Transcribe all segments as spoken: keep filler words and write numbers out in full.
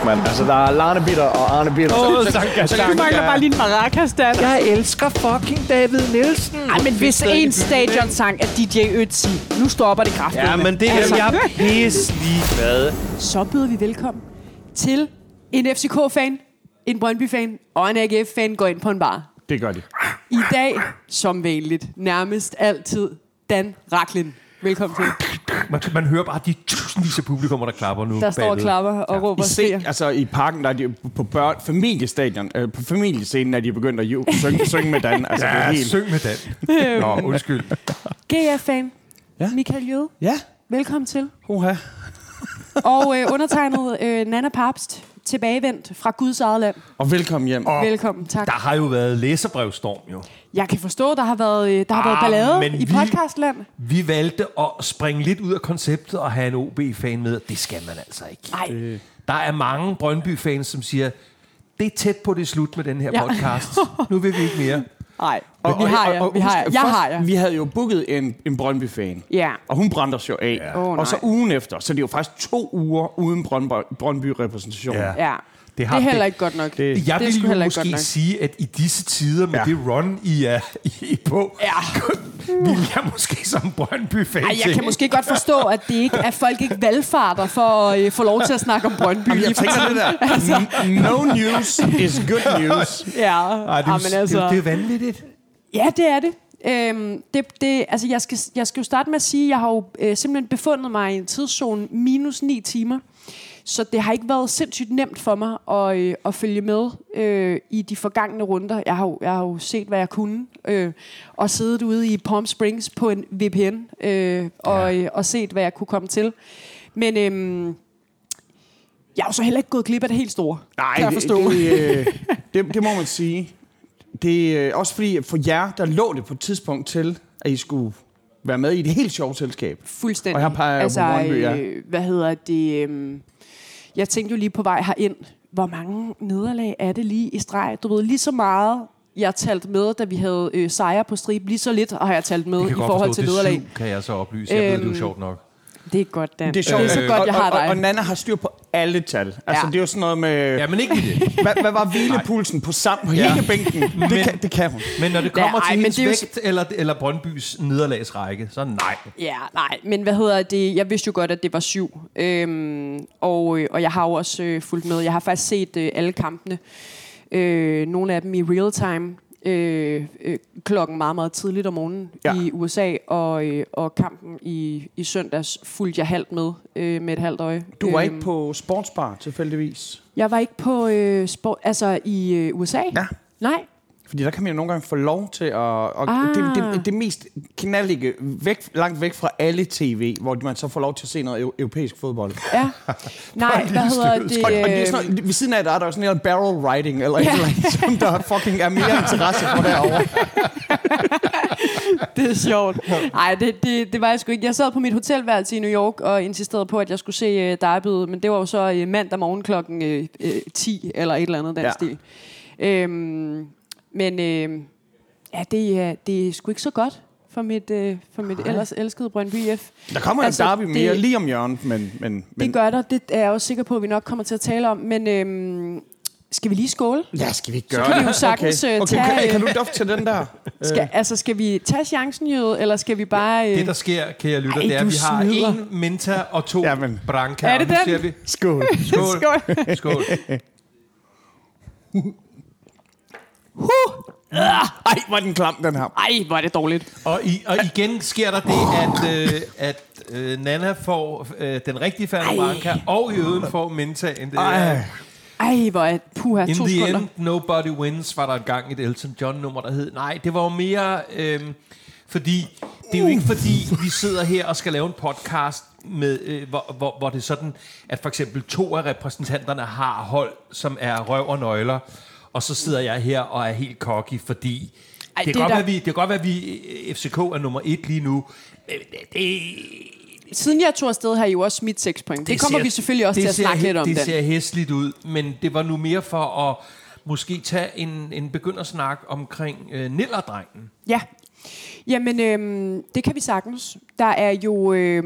fuck, mand. Altså, der er Larne Bitter og Arne Bitter. Åh, oh, Sanka, Sanka. Du mangler bare lige en maracas, Dan. Jeg elsker fucking David Nielsen. Ej, men hvis en stadionsang er D J Ötzi, nu stopper det kraftigt. Ja, men det er altså. Jeg pisse ligeglad. Så byder vi velkommen til en F C K-fan, en Brøndby-fan og en A G F-fan går ind på en bar. Det gør de. I dag, som vanligt, nærmest altid Dan Rachlin. Velkommen til. Man, man hører bare de tusindvis af publikummer, der klapper nu. Der står og klapper og ja. råber. I se, altså i parken, der er de på børn, familiestadion, øh, på familiescenen er de begyndt at jo, synge, synge med Dan. Altså, ja, det er helt... syng med Dan. Nå, undskyld. G F-fan, ja. Michael Jøde. Ja. Velkommen til. Uha. Og øh, undertegnet øh, Nanna Papst, tilbagevendt fra Guds eget land. Og velkommen hjem. Og velkommen, tak. Der har jo været læserbrevstorm, jo. Jeg kan forstå, der har været, der har ah, været ballade i vi, podcastland. Vi valgte at springe lidt ud af konceptet og have en O B-fan med. Det skal man altså ikke. Nej. Der er mange Brøndby-fans, som siger, det er tæt på det slut med den her ja. podcast. Nu vil vi ikke mere. Nej, og, vi har jer. Vi har jer. Jeg har jer. Vi havde jo booket en, en Brøndby-fan, ja. og hun brændte os jo af. Ja. Oh, og så ugen efter, så det er jo faktisk to uger uden Brøndby-repræsentation. Ja. ja. Det, det er heller ikke godt nok. Det, jeg det vil jo måske sige, at i disse tider med ja. det run, I er I på, ja. vil jeg måske som Brøndby-fan. Ej, jeg kan måske godt forstå, at det ikke, at folk ikke valgfarter for at uh, få lov til at snakke om Brøndby. Jamen, jeg tænker det der. altså. No news is good news. Ja, Ej, det, er, men altså, det, det er vanvittigt. Ja, det er det. Øhm, det, det altså, jeg, skal, jeg skal jo starte med at sige, at jeg har jo øh, simpelthen befundet mig i en tidszone minus ni timer. Så det har ikke været sindssygt nemt for mig at, øh, at følge med øh, i de forgangne runder. Jeg har jo, jeg har jo set, hvad jeg kunne, øh, og siddet ude i Palm Springs på en V P N, øh, og, øh, og set, hvad jeg kunne komme til. Men øh, jeg har jo så heller ikke gået glip af det helt store, Nej, kan jeg forstå. Det, det, øh, det, det må man sige. Det er øh, også fordi, for jer, der lå det på et tidspunkt til, at I skulle være med i det helt sjove selskab. Fuldstændig. Og her peger jeg altså, på Brøndby, ja. øh, hvad hedder det... Øh, Jeg tænkte jo lige på vej herind, hvor mange nederlag er det lige i streg? Du ved, lige så meget, jeg talte med, da vi havde øh, sejre på stribe, lige så lidt har jeg talt med i forhold forstå, til nederlag. Det kan jeg så oplyse. Jeg øhm, ved, det er jo sjovt nok. Det er godt, Dan. Det er, sjovt. Det er så godt, og, jeg har dig. Og, og, og Nanna har styr på alle tal. Altså, ja. det er jo sådan noget med... Ja, men ikke det. Hvad, hvad var hvilepulsen på sammen på ja. hele bænken? Det, men, kan, det kan hun. Men når det kommer ja, ej, til hendes det vægt, jo... eller, eller Brøndbys nederlagsrække, så nej. Ja, nej. Men hvad hedder det? Jeg vidste jo godt, at det var syv. Øhm, og, og jeg har jo også øh, fulgt med. Jeg har faktisk set øh, alle kampene. Øh, nogle af dem i real time. Øh, øh, klokken meget, meget tidligt om morgenen ja. i U S A, og, øh, og kampen i, i søndags fulgte jeg halvt med øh, med et halvt øje. Du var øhm, ikke på sportsbar tilfældigvis? Jeg var ikke på øh, sport, altså i øh, U S A? Ja. Nej. Fordi der kan man jo nogle gange få lov til at... Og ah. det, det, det mest knaldige, væk, langt væk fra alle tv, hvor man så får lov til at se noget europæisk fodbold. Ja. Nej, hvad hedder det? Og, og det er sådan noget, ved siden af, der er der jo sådan noget barrel riding, eller ja. et eller andet, som der fucking er mere interesse for derovre. Det er sjovt. Nej, det, det, det var jeg sgu ikke. Jeg sad på mit hotelværelse i New York og insisterede på, at jeg skulle se uh, derbyet, men det var jo så uh, mandag morgen klokken uh, uh, ti eller et eller andet den ja. stil. Øhm, Men øh, ja, det er, det er sgu ikke så godt for mit, øh, for mit ellers elskede Brøndby I F. Der kommer altså, en derby mere det, lige om hjørnet, men, men... Det gør der, det er jeg også sikker på, at vi nok kommer til at tale om. Men øh, skal vi lige skåle? Ja, skal vi ikke gøre det? Så kan vi jo sagtens okay. Okay, tage... Kan, kan du dufte til den der? Skal, altså, skal vi tage chancen, Jøde, eller skal vi bare... Øh... Det, der sker, kære lytter, det er, at vi har en Menta og to Jamen. Branca. Er det den? Siger vi. Skål. Skål. Skål. Skål. Huh. Ej, hvor er den klam, den her. Ej, hvor er det dårligt. Og, i, og igen sker der det, at, øh, at øh, Nanna får øh, den rigtige Fernet Branca, og Jøden får Mentaen. Det er, Ej, hvor er puha, In to the sekunder. end, nobody wins, var der engang et Elton John-nummer, der hed. Nej, det var jo mere... Øh, fordi... Det er jo ikke fordi, vi sidder her og skal lave en podcast, med, øh, hvor, hvor, hvor det er sådan, at for eksempel to af repræsentanterne har hold, som er røv og nøgler, og så sidder jeg her og er helt cocky, fordi Ej, det, kan det, godt der... være, vi, det kan godt være, at vi F C K er nummer et lige nu. Det, det, Siden jeg tog afsted, har I jo også smidt seks point. Det, det kommer ser, vi selvfølgelig også til at snakke ser, lidt om. Det den. ser hæsligt ud, men det var nu mere for at måske tage en, en begyndersnak omkring øh, Nillerdrengen. Ja, jamen øhm, det kan vi sagtens. Der er jo... Øhm,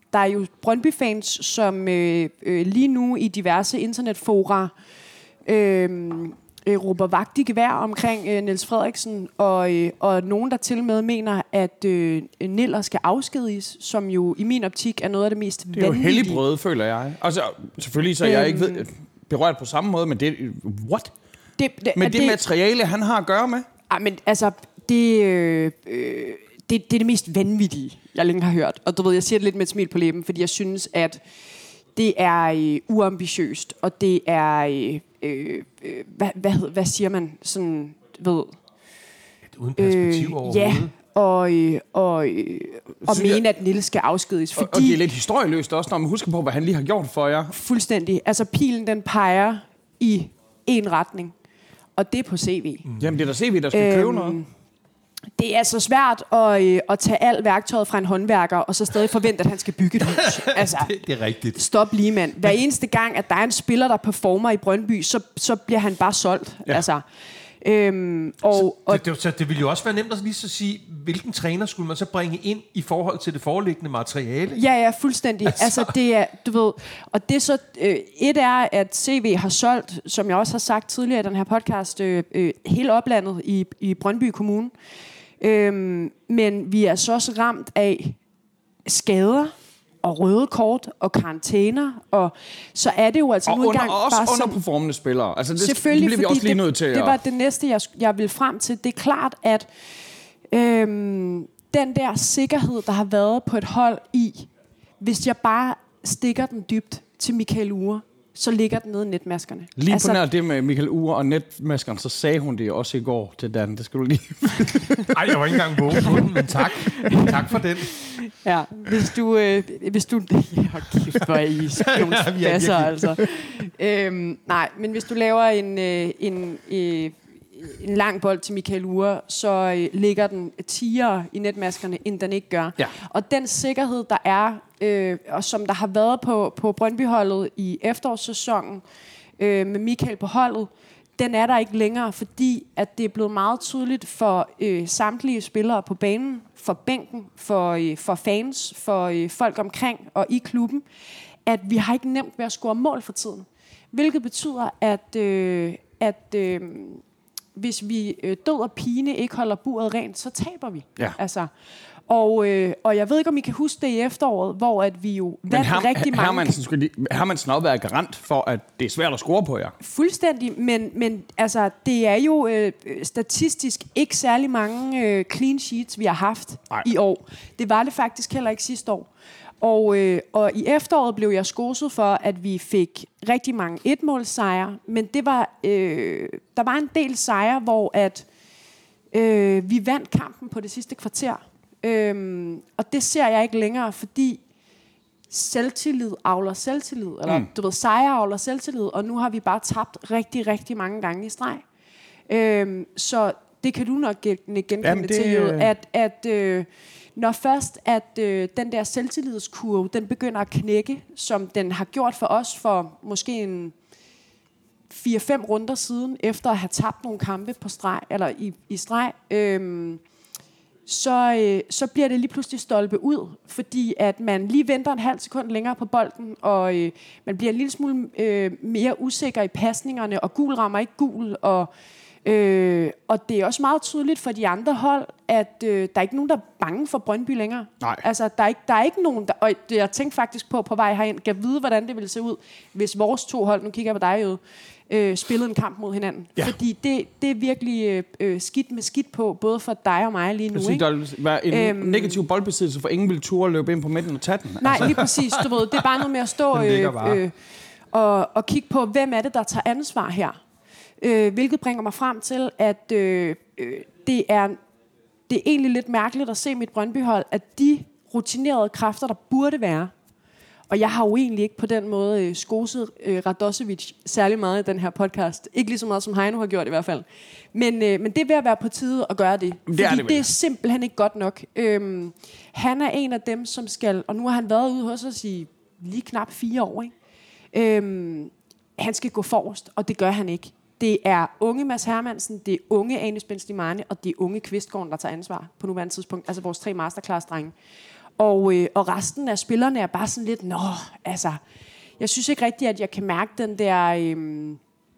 der er jo Brøndby-fans, som øh, øh, lige nu i diverse internetfora øh, øh, råber vagt i gevær omkring øh, Niels Frederiksen, og, øh, og nogen, der til med mener, at øh, Niller skal afskediges, som jo i min optik er noget af det mest vanvittige. Det er jo helligbrød, føler jeg. Altså, selvfølgelig så jeg øhm, ikke ved, berørt på samme måde, men det what? Det, det, med det, det materiale, han har at gøre med? Ah, men altså, det, øh, øh, det, det er det mest vanvittige, jeg længe har hørt. Og du ved, jeg siger det lidt med et smil på læben, fordi jeg synes, at det er øh, uambitiøst, og det er, øh, øh, hvad, hvad, hvad siger man, sådan, ved... Uden perspektiv øh, overhovedet. Ja, og, øh, og, øh, og mene, at Niels skal afskediges. Fordi, og, og det er lidt historieløst også, når man husker på, hvad han lige har gjort for jer. Fuldstændig. Altså, pilen, den peger i en retning, og det er på C V. Mm. Jamen, det er der C V, der skal øhm, købe noget. Det er så svært at, øh, at tage alt værktøjet fra en håndværker, og så stadig forvente, at han skal bygge et hus. Altså, det, det er rigtigt. Stop lige, mand. Hver eneste gang, at der er en spiller, der performer i Brøndby, så, så bliver han bare solgt. Ja. Altså, øhm, og, så, og det, det, så det ville jo også være nemt at lige så sige, hvilken træner skulle man så bringe ind i forhold til det foreliggende materiale? Ja, ja, fuldstændig. Altså, altså det er, du ved, og det er så, øh, et er, at C V har solgt, som jeg også har sagt tidligere i den her podcast, øh, øh, hele oplandet i, i Brøndby Kommune. Øhm, men vi er så også ramt af skader og røde kort og karantæner, og så er det jo altså og nu under, engang og også bare underperformende spillere. Altså det, selvfølgelig, det bliver vi også lige nødt til. Det, det var det næste, jeg, jeg ville frem til. Det er klart, at øhm, den der sikkerhed, der har været på et hold i, hvis jeg bare stikker den dybt til Michael Uhre, så ligger den nede i netmaskerne. Lige altså, på nær det med Michael Uhre og netmaskerne, så sagde hun det også i går til Dan. Det skal du lige... Ej, jeg var ikke engang vågen på den, men tak. Tak for den. Ja, hvis du... Øh, hvis du ja, kæft, hvor er I spionspasser, altså. Øhm, nej, men hvis du laver en, øh, en, øh, en lang bold til Michael Uhre, så øh, ligger den tiere i netmaskerne, end den ikke gør. Ja. Og den sikkerhed, der er, øh, og som der har været på, på Brøndby-holdet i efterårssæsonen, øh, med Michael på holdet, den er der ikke længere, fordi at det er blevet meget tydeligt for øh, samtlige spillere på banen, for bænken, for, øh, for fans, for øh, folk omkring og i klubben, at vi har ikke nemt ved at score mål for tiden. Hvilket betyder, at, øh, at øh, hvis vi øh, død og pine ikke holder buret rent, så taber vi. Ja. Altså, og, øh, og jeg ved ikke, om I kan huske det i efteråret, hvor at vi jo vandt Her, rigtig mange... Hermansen, skulle lige, Hermansen har været garant for, at det er svært at score på jer. Fuldstændig, men, men altså, det er jo øh, statistisk ikke særlig mange øh, clean sheets, vi har haft Ej. i år. Det var det faktisk heller ikke sidste år. Og, øh, og i efteråret blev jeg skoset for, at vi fik rigtig mange etmålssejre, men det var, øh, der var en del sejre, hvor at, øh, vi vandt kampen på det sidste kvarter. Øhm, og det ser jeg ikke længere, fordi selvtillid avler selvtillid, eller mm. du ved, sejre avler selvtillid, og nu har vi bare tabt rigtig, rigtig mange gange i streg. Øhm, så det kan du nok genkende til, jo, at, at øh, når først at øh, den der selvtillidskurve, den begynder at knække, som den har gjort for os for måske en fire fem runder siden, efter at have tabt nogle kampe på streg, eller i, i streg, øh, Så, øh, så bliver det lige pludselig stolpe ud, fordi at man lige venter en halv sekund længere på bolden, og øh, man bliver en lille smule øh, mere usikker i pasningerne, og gul rammer ikke gul, og, øh, og det er også meget tydeligt for de andre hold, at øh, der er ikke nogen, der er bange for Brøndby længere. Nej. Altså, der er ikke, der er ikke nogen, der, og jeg tænkte faktisk på på vej herind, kan vide, hvordan det ville se ud, hvis vores to hold, nu kigger jeg på dig jo, Øh, spillede en kamp mod hinanden. Ja. Fordi det, det er virkelig øh, skidt med skidt på, både for dig og mig lige nu. Sige, der vil være en øhm, negativ boldbesiddelse, for ingen vil turde løbe ind på midten og tage den. Nej, altså. Lige præcis. Du ved, det er bare noget med at stå øh, øh, og, og kigge på, hvem er det, der tager ansvar her. Øh, hvilket bringer mig frem til, at øh, øh, det, er, det er egentlig lidt mærkeligt at se mit Brøndby-hold, at de rutinerede kræfter, der burde være, og jeg har jo egentlig ikke på den måde øh, skoset øh, Radosevic særlig meget i den her podcast. Ikke lige så meget, som Heino har gjort i hvert fald. Men, øh, men det er ved at være på tide at gøre det. Fordi det er, det det er simpelthen ikke godt nok. Øhm, han er en af dem, som skal... Og nu har han været ude hos os i lige knap fire år. Ikke? Øhm, han skal gå forrest, og det gør han ikke. Det er unge Mads Hermansen, det er unge Anis Ben Slimani, og det er unge Kvistgården, der tager ansvar på nuværende tidspunkt. Altså vores tre masterclass-drenge. Og, øh, og resten af spillerne er bare sådan lidt, nå, altså, jeg synes ikke rigtigt, at jeg kan mærke den der øh,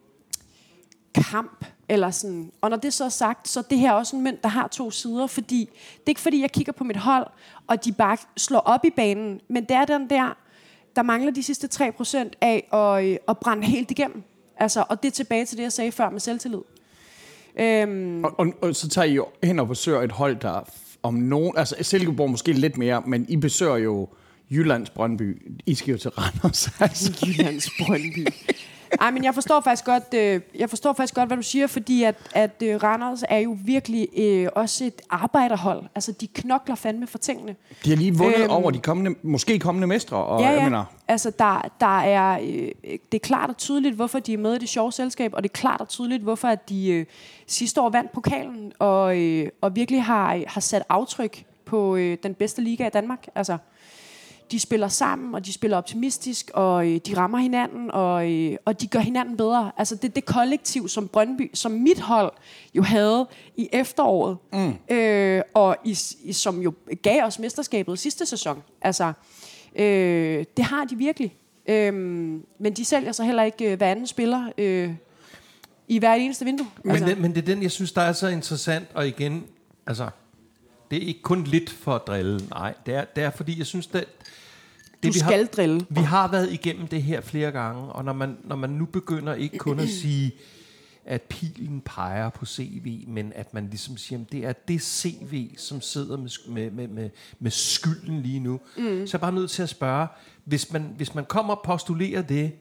kamp, eller sådan. Og når det så er sagt, så er det her også en mønt, der har to sider, fordi det er ikke fordi, jeg kigger på mit hold, og de bare slår op i banen, men det er den der, der mangler de sidste tre procent af at, øh, at brænde helt igennem. Altså, og det er tilbage til det, jeg sagde før med selvtillid. Øhm. Og, og, og så tager I jo hen og besøger et hold, der om nogen... Altså, Silkeborg måske lidt mere, men I besøger jo Jyllands Brøndby. I skal jo til Randers. Altså. Jyllands Brøndby. Ej, men jeg forstår faktisk godt, øh, jeg forstår faktisk godt, hvad du siger, fordi at, at øh, Randers er jo virkelig øh, også et arbejderhold. Altså, de knokler fandme for tingene. De har lige vundet øhm, over de kommende, måske kommende mestre. Og, ja, ja. Jeg mener, altså, der, der er, øh, det er klart og tydeligt, hvorfor de er med i det sjove selskab, og det er klart og tydeligt, hvorfor at de øh, sidste år vandt pokalen, og, øh, og virkelig har, har sat aftryk på øh, den bedste liga i Danmark. Altså, de spiller sammen, og de spiller optimistisk, og øh, de rammer hinanden, og, øh, og de gør hinanden bedre. Altså det det kollektiv, som Brøndby, som mit hold jo havde i efteråret, mm. øh, og i, i, som jo gav os mesterskabet sidste sæson. Altså, øh, det har de virkelig. Øh, men de sælger så heller ikke øh, hver anden spiller øh, i hver eneste vindue. Men, altså. det, men det er den, jeg synes, der er så interessant, og igen, altså, det er ikke kun lidt for at drille, nej, det er, det er fordi, jeg synes, det, det du vi skal har, drille. Vi har været igennem det her flere gange, og når man, når man nu begynder ikke kun at sige, at pilen peger på C V, men at man ligesom siger, at det er det C V, som sidder med, med, med, med skylden lige nu, mm. så er jeg bare nødt til at spørge, hvis man, hvis man kommer og postulerer det,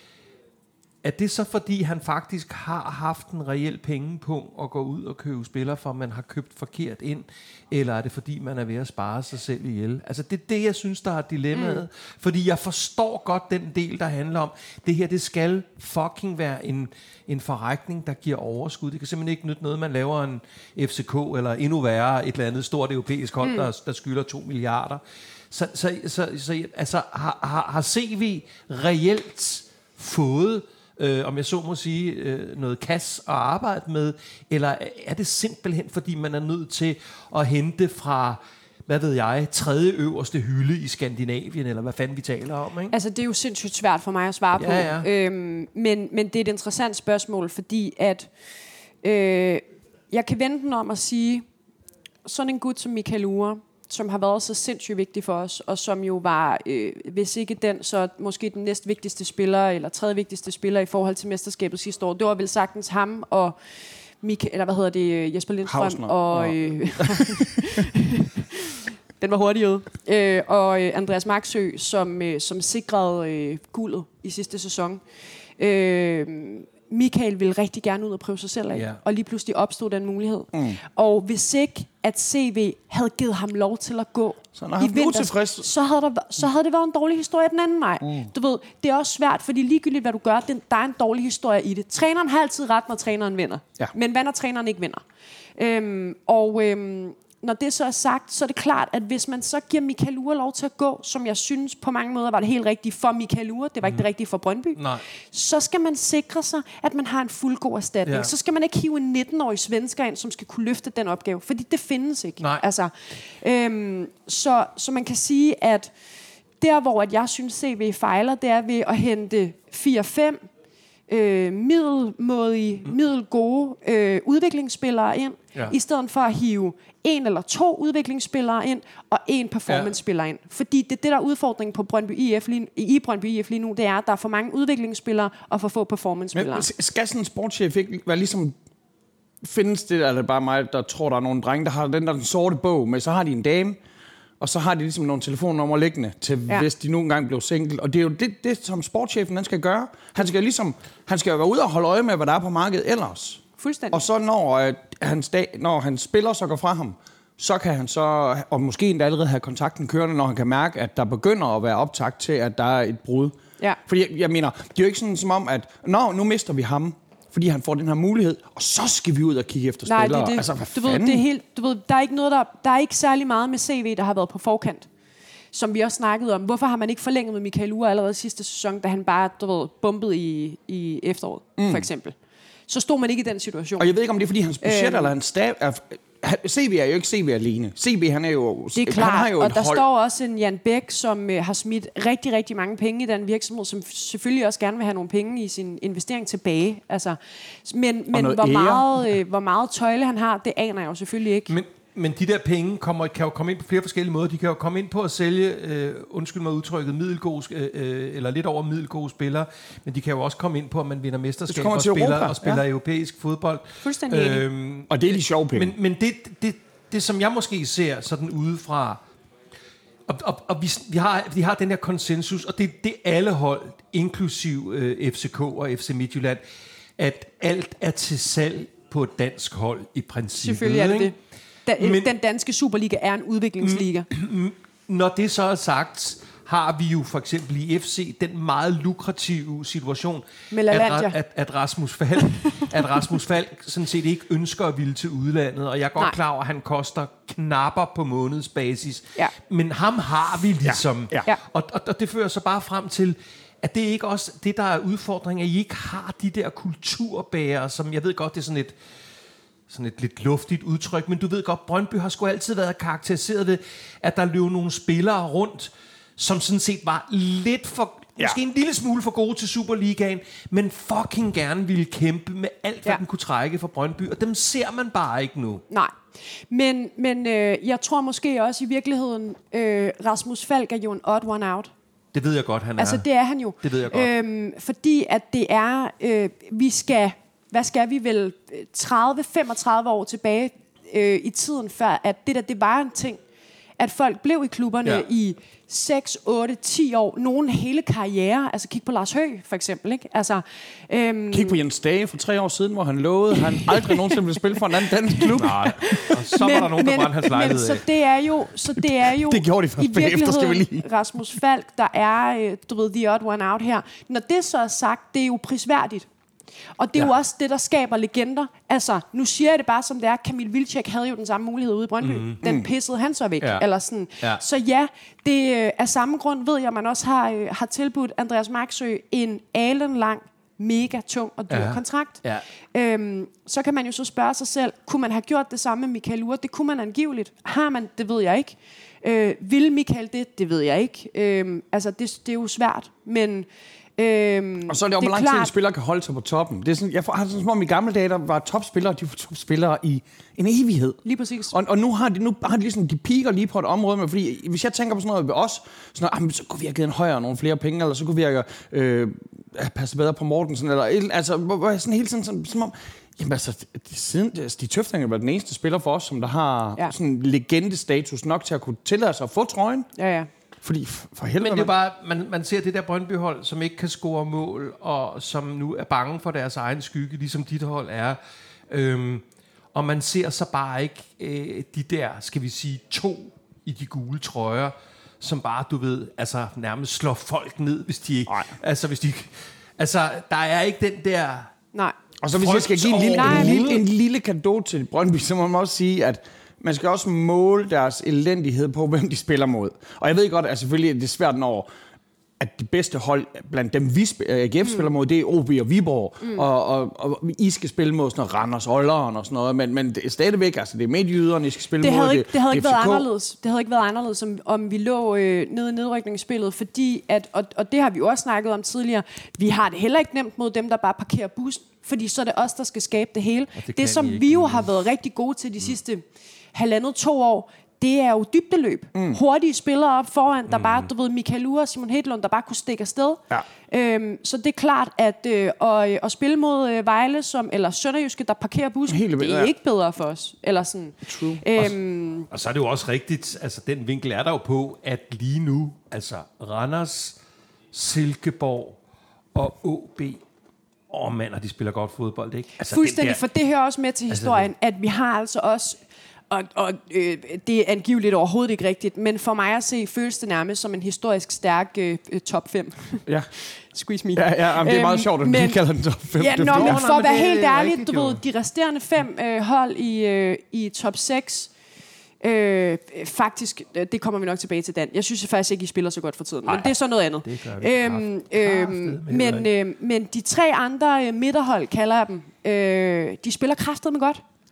er det så fordi, han faktisk har haft en reel pengepunkt at gå ud og købe spillere for, man har købt forkert ind? Eller er det fordi, man er ved at spare sig selv ihjel? Altså det er det, jeg synes, der er dilemmaet. Mm. Fordi jeg forstår godt den del, der handler om, det her, det skal fucking være en, en forretning, der giver overskud. Det kan simpelthen ikke nytte noget, man laver en F C K, eller endnu værre, et eller andet stort europæisk hold, mm. der, der skylder to milliarder. Så, så, så, så altså, har, har, har C V reelt fået Øh, om jeg så må sige, øh, noget kasse at arbejde med, eller er det simpelthen, fordi man er nødt til at hente fra, hvad ved jeg, tredje øverste hylde i Skandinavien, eller hvad fanden vi taler om, ikke? Altså, det er jo sindssygt svært for mig at svare ja, på. Ja. Øhm, men, men det er et interessant spørgsmål, fordi at øh, jeg kan vende den om at sige, sådan en gut som Michael Uhre, som har været så sindssygt vigtig for os, og som jo var, øh, hvis ikke den, så måske den næstvigtigste spiller, eller tredje vigtigste spiller i forhold til mesterskabet sidste år. Det var vel sagtens ham og Michael, eller hvad hedder det, Jesper Lindstrøm Hausner. og... Øh, den var hurtig ud. Øh, og øh, Andreas Marksø, som, øh, som sikrede øh, guldet i sidste sæson. Øh, Michael ville rigtig gerne ud og prøve sig selv af, yeah. og lige pludselig opstod den mulighed. Mm. Og hvis ikke, at C V havde givet ham lov til at gå så, i vinter, så, havde der, så havde det været en dårlig historie den anden vej. Mm. Du ved, det er også svært, fordi ligegyldigt hvad du gør, det, der er en dårlig historie i det. Træneren har altid ret, når træneren vinder. Ja. Men hvad når træneren ikke vinder? Øhm, og... Øhm, når det så er sagt, så er det klart, at hvis man så giver Michael Uhre lov til at gå, som jeg synes på mange måder var det helt rigtige for Michael Uhre, det var ikke mm. det rigtige for Brøndby, Nej. så skal man sikre sig, at man har en fuldgod erstatning. Ja. Så skal man ikke hive en nitten-årig svensker ind, som skal kunne løfte den opgave, fordi det findes ikke. Nej. Altså, øhm, så, så man kan sige, at der, hvor at jeg synes, C V fejler, det er ved at hente fire fem øh, middelmådige, mm. middelgode øh, udviklingsspillere ind, ja. I stedet for at hive en eller to udviklingsspillere ind, og en performance-spiller ja. Ind. Fordi det er det, der er udfordringen på Brøndby I F lige, i Brøndby I F lige nu, det er, at der er for mange udviklingsspillere og for få performance-spillere. Men skal sådan en sportschef ikke være ligesom... Findes det, eller er det bare mig, der tror, der er nogle drenge, der har den der den sorte bog med, så har de en dame, og så har de ligesom nogle telefonnumre liggende, til ja. Hvis de nogle gange bliver single. Og det er jo det, det som sportschefen han skal gøre. Han skal ligesom, han skal jo være ude og holde øje med, hvad der er på markedet ellers. Fuldstændig. Og så når, øh, hans dag, når han spiller så går fra ham, så kan han så, og måske endda allerede have kontakten kørende, når han kan mærke, at der begynder at være optakt til, at der er et brud. Ja. Fordi jeg, jeg mener, det er jo ikke sådan som om, at nå, nu mister vi ham, fordi han får den her mulighed, og så skal vi ud og kigge efter Nej, spillere. Det, det, altså, hvad du ved, det er helt, du ved, der er ikke noget der, der er ikke særlig meget med C V, der har været på forkant, som vi også snakkede om. Hvorfor har man ikke forlænget med Michael Uhre allerede sidste sæson, da han bare, du ved, bumpede i, i efteråret, mm. for eksempel? Så stod man ikke i den situation. Og jeg ved ikke, om det er, fordi hans budget øhm. eller hans stab er, C B er jo ikke C B alene. C B, han er jo... Det er klart, han har jo og et der hold. står også en Jan Bæk, som øh, har smidt rigtig, rigtig mange penge i den virksomhed, som selvfølgelig også gerne vil have nogle penge i sin investering tilbage. Altså, men men hvor meget, øh, hvor meget tøjle han har, det aner jeg jo selvfølgelig ikke. Men Men de der penge kommer, kan jo komme ind på flere forskellige måder. De kan jo komme ind på at sælge, øh, undskyld mig udtrykket, middelgode, øh, eller lidt over middelgode spillere, men de kan jo også komme ind på, at man vinder mesterskab og spiller, og spiller ja. europæisk fodbold. Fuldstændig øhm, Og det er de sjove penge. Men, men det, det, det, som jeg måske ser sådan udefra, og, og, og vi, vi, har, vi har den her konsensus, og det det alle hold, inklusiv øh, F C K og F C Midtjylland, at alt er til salg på et dansk hold i princippet. Selvfølgelig er det det. Da, Men, den danske Superliga er en udviklingsliga. Når det så er sagt, har vi jo for eksempel i F C den meget lukrative situation, at, at, at Rasmus Falk, at Rasmus Falk sådan set ikke ønsker at ville til udlandet, og jeg er godt Nej. klar over, at han koster knapper på månedsbasis. Ja. Men ham har vi ligesom. Ja. Ja. Og, og, og det fører så bare frem til, at det ikke også det, der er udfordringen, at I ikke har de der kulturbærere, som jeg ved godt, det er sådan et sådan et lidt luftigt udtryk, men du ved godt, Brøndby har sgu altid været karakteriseret ved, at der løb nogle spillere rundt, som sådan set var lidt for, ja. måske en lille smule for gode til Superligaen, men fucking gerne ville kæmpe med alt, hvad ja. den kunne trække for Brøndby, og dem ser man bare ikke nu. Nej, men, men øh, jeg tror måske også i virkeligheden, øh, Rasmus Falk er jo en odd one out. Det ved jeg godt, han er. Altså, det er han jo. Det ved jeg godt. Øhm, fordi at det er, øh, vi skal... Hvad skal vi vel tredive til femogtredive år tilbage øh, i tiden, før at det der, det var en ting, at folk blev i klubberne ja. i seks, otte, ti år, nogen hele karriere, altså kig på Lars Høgh for eksempel, ikke? Altså, øhm, kig på Jens Dage for tre år siden, hvor han lovede, han aldrig nogensinde ville spille for en anden dansk klub. Nej, og så men, var der nogen, der brændte hans lejlighed af. Så det er jo, så det er jo det gjorde de først i virkeligheden skal vi lige. Rasmus Falk, der er, du ved, the odd one out her. Når det så er sagt, det er jo prisværdigt. Og det er ja. jo også det, der skaber legender. Altså, nu siger jeg det bare som det er. Kamil Vilcek havde jo den samme mulighed ude i Brøndby. Mm. Den pissede han så væk. Ja. Eller sådan. Ja. Så ja, det øh, af samme grund ved jeg, at man også har, øh, har tilbudt Andreas Maxø en alenlang, mega tung og dyr ja. kontrakt. Ja. Øhm, så kan man jo så spørge sig selv, kunne man have gjort det samme med Michael Ure? Det kunne man angiveligt. Har man? Det ved jeg ikke. Øh, vil Michael det? Det ved jeg ikke. Øh, altså, det, det er jo svært. Men... Øhm, og så er det jo, hvor lang tid en spiller kan holde sig på toppen. Det er sådan, jeg har sådan som om i gamle dage, der var topspillere, de var topspillere i en evighed. Lige præcis. Og, og nu har de nu har de ligesom, de piker lige på et område, med, fordi hvis jeg tænker på sådan noget ved os, sådan noget, ah, så kunne vi have givet en højere nogle flere penge, eller så kunne vi have øh, passet bedre på Mortensen, eller altså, hvor jeg sådan hele tiden sådan, som om, jamen altså, siden Stig Tøfting var den eneste spiller for os, som der har ja. sådan legendestatus nok til at kunne tillade sig at få trøjen. Ja, ja. Fordi for helvede... Men det er bare, man, man ser det der Brøndby-hold, som ikke kan score mål, og som nu er bange for deres egen skygge, ligesom dit hold er. Øhm, og man ser så bare ikke øh, de der, skal vi sige, to i de gule trøjer, som bare, du ved, altså nærmest slår folk ned, hvis de ikke... Nej. Altså, hvis de... Altså, der er ikke den der... Nej. Og så hvis jeg skal give en lille, en, lille, en lille cadeau til Brøndby, så må man også sige, at man skal også måle deres elendighed på, hvem de spiller mod. Og jeg ved godt, at selvfølgelig er det svært når, at de bedste hold blandt dem, vi spiller, A G F mm. spiller mod, det er O B og Viborg. Mm. Og, og, og I skal spille mod sådan noget Randers, Olderen og sådan noget. Men, men det er stadigvæk, altså det er midtjyderne, I skal spille det mod. Ikke, det, det havde ikke været anderledes. Det havde ikke været anderledes, om, om vi lå øh, nede i nedrykningsspillet, fordi, at, og, og det har vi jo også snakket om tidligere, vi har det heller ikke nemt mod dem, der bare parkerer bussen, fordi så er det os, der skal skabe det hele. Det, det som vi jo har været rigtig gode til de mm. sidste halvandet to år, det er jo dybdeløb. Mm. Hurtige spillere op foran, der mm. bare, du ved, Michael Ure og Simon Hedlund, der bare kunne stikke afsted. Ja. Øhm, så det er klart, at øh, at, at spille mod øh, Vejle, som, eller Sønderjyske, der parkerer bussen, Helt det er ja. ikke bedre for os. Eller sådan. True. Øhm, og, og så er det jo også rigtigt, altså den vinkel er der jo på, at lige nu, altså Randers, Silkeborg og O B, åh oh, mand, og de spiller godt fodbold, ikke? Altså, fuldstændig, der, for det hører også med til historien, altså, at vi har altså også, og, og øh, det er angiveligt overhovedet ikke rigtigt, men for mig at se, føles det nærmest som en historisk stærk øh, top fem. Ja. Squeeze me. Ja, ja, men det er meget sjovt, at du kalder den top fem. Ja, nå, men for at være helt ærlig, du ved, de resterende fem øh, hold i, øh, i top seks, Øh, faktisk, det kommer vi nok tilbage til, Dan. Jeg synes faktisk ikke, I spiller så godt for tiden. Ej, men det er så noget andet. Det gør det. Øhm, øhm, men, øh, men de tre andre øh, midterhold, kalder jeg dem, øh, de spiller kraftedeme godt.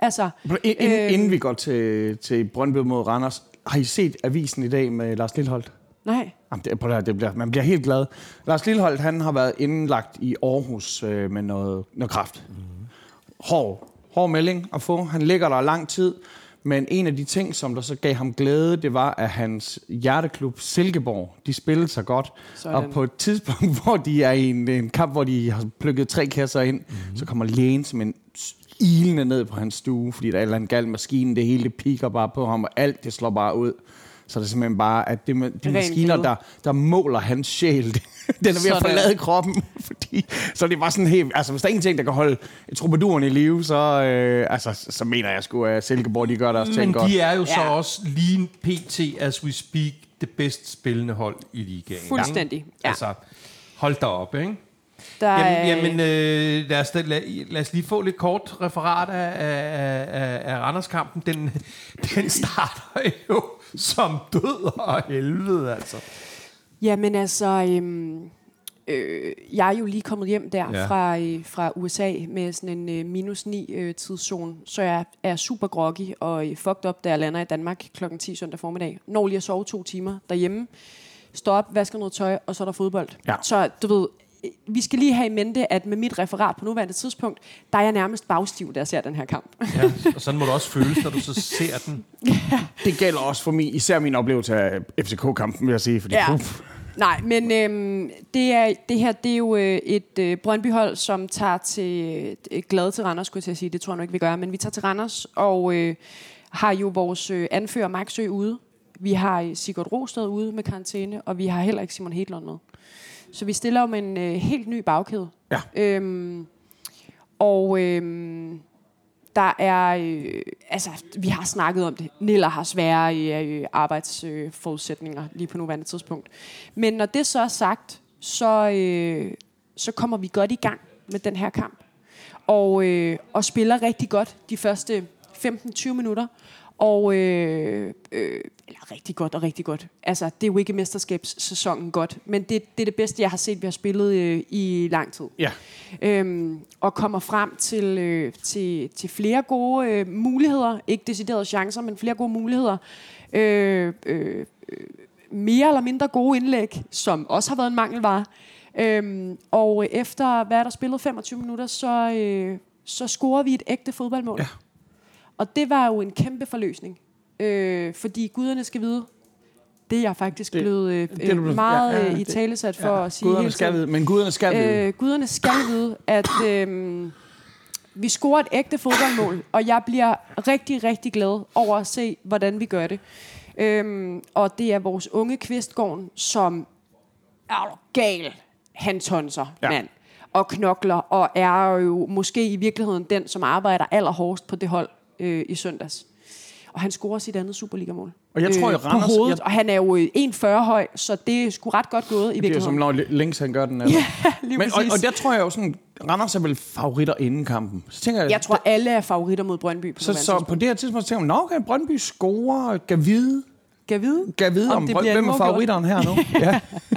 Altså, Inden, øh, inden vi går til, til Brøndby mod Randers, har I set avisen i dag med Lars Lilholt? Nej. Jamen, det, det, det bliver, man bliver helt glad. Lars Lilholt, han har været indlagt i Aarhus øh, med noget, noget kræft. Mm. Hård, hård melding at få. Han ligger der lang tid. Men en af de ting, som der så gav ham glæde, det var, at hans hjerteklub Silkeborg, de spillede sig godt. Sådan. Og på et tidspunkt, hvor de er i en, en kamp, hvor de har plukket tre kasser ind, mm-hmm. så kommer lægen som en ilende ned på hans stue, fordi der er en eller anden gal maskine, det hele det piker bare på ham, og alt det slår bare ud. Så det er simpelthen bare, at det med, de Ren maskiner, der, der måler hans sjæl, den er ved at forlade kroppen. Fordi, så det er bare sådan helt... Altså, hvis der er ingenting, der kan holde troubaduren i live, så, øh, altså, så mener jeg sgu, at Silkeborg, de gør deres ting godt. Men de er jo ja. så også lige pt. As we speak, det bedst spillende hold i ligaen. Fuldstændig, ja. Altså, hold da op, ikke? Der jamen, jamen øh, lad, os, lad, lad os lige få lidt kort referat af, af, af, af Randerskampen. Den, den starter jo som død og helvede, altså. Jamen altså, øhm, øh, jeg er jo lige kommet hjem der ja. fra, øh, fra U S A med sådan en øh, minus ni øh, tidszone, så jeg er super groggy og øh, fucked up, da jeg lander i Danmark klokken ti søndag formiddag. Når lige at sove to timer derhjemme, står op, vasker noget tøj, og så er der fodbold. Ja. Så du ved... Vi skal lige have i mente, at med mit referat på nuværende tidspunkt, der er jeg nærmest bagstiv, da jeg ser den her kamp. Ja, og sådan må du også føles, når du så ser den. Ja. Det gælder også for mig, især min oplevelse af F C K-kampen, vil jeg sige. Fordi, ja. Nej, men øhm, det, er, det her, det er jo øh, et øh, Brøndby-hold, som tager til øh, glad til Randers, skulle jeg til at sige. Det tror jeg nu ikke, vi gør. Men vi tager til Randers, og øh, har jo vores øh, anfører Max Sø ude. Vi har Sigurd Rosted ude med karantæne, og vi har heller ikke Simon Hedlund med. Så vi stiller om en øh, helt ny bagkæde. Ja. Øhm, og øhm, der er... Øh, altså, vi har snakket om det. Niller har svære øh, arbejdsforudsætninger øh, lige på nuværende tidspunkt. Men når det så er sagt, så, øh, så kommer vi godt i gang med den her kamp. Og, øh, og spiller rigtig godt de første femten til tyve minutter. Og øh, øh, eller rigtig godt og rigtig godt. Altså, det er jo ikke mesterskabssæsonen godt, men det, det er det bedste, jeg har set, vi har spillet øh, i lang tid. Ja. Øhm, og kommer frem til, øh, til, til flere gode øh, muligheder. Ikke deciderede chancer, men flere gode muligheder. Øh, øh, mere eller mindre gode indlæg, som også har været en mangelvare. Øhm, og efter, hvad er der spillet, femogtyve minutter, så, øh, så scorer vi et ægte fodboldmål. Ja. Og det var jo en kæmpe forløsning. Øh, fordi guderne skal vide, det er jeg faktisk det, blevet øh, det, det, meget ja, ja, i talesat for ja, at sige guderne skal vide, men guderne skal vide. Øh, guderne skal vide, at øh, vi scorer et ægte fodboldmål, og jeg bliver rigtig, rigtig glad over at se, hvordan vi gør det. Øh, og det er vores unge Kvistgården, som er gal. Han tonser, ja. mand. Og knokler, og er jo måske i virkeligheden den, som arbejder allerhårdest på det hold øh, i søndags. Og han scorer sit andet Superliga-mål. Og jeg tror, øh, jeg Randers... på hovedet, jeg... og han er jo en komma fyrre høj, så det er sgu ret godt gået i virkeligheden. Det er som når links han gør den. Eller? Ja, lige Men, og, og der tror jeg jo sådan, Randers er vel favoritter inden kampen. Så tænker jeg, jeg tror, alle er favoritter mod Brøndby. På så, så på det her tidspunkt tænker man, okay, Brøndby scorer, kan vide. Kan vide? Kan vide, om, om Brøndby, hvem er favoritteren her nu. Ja.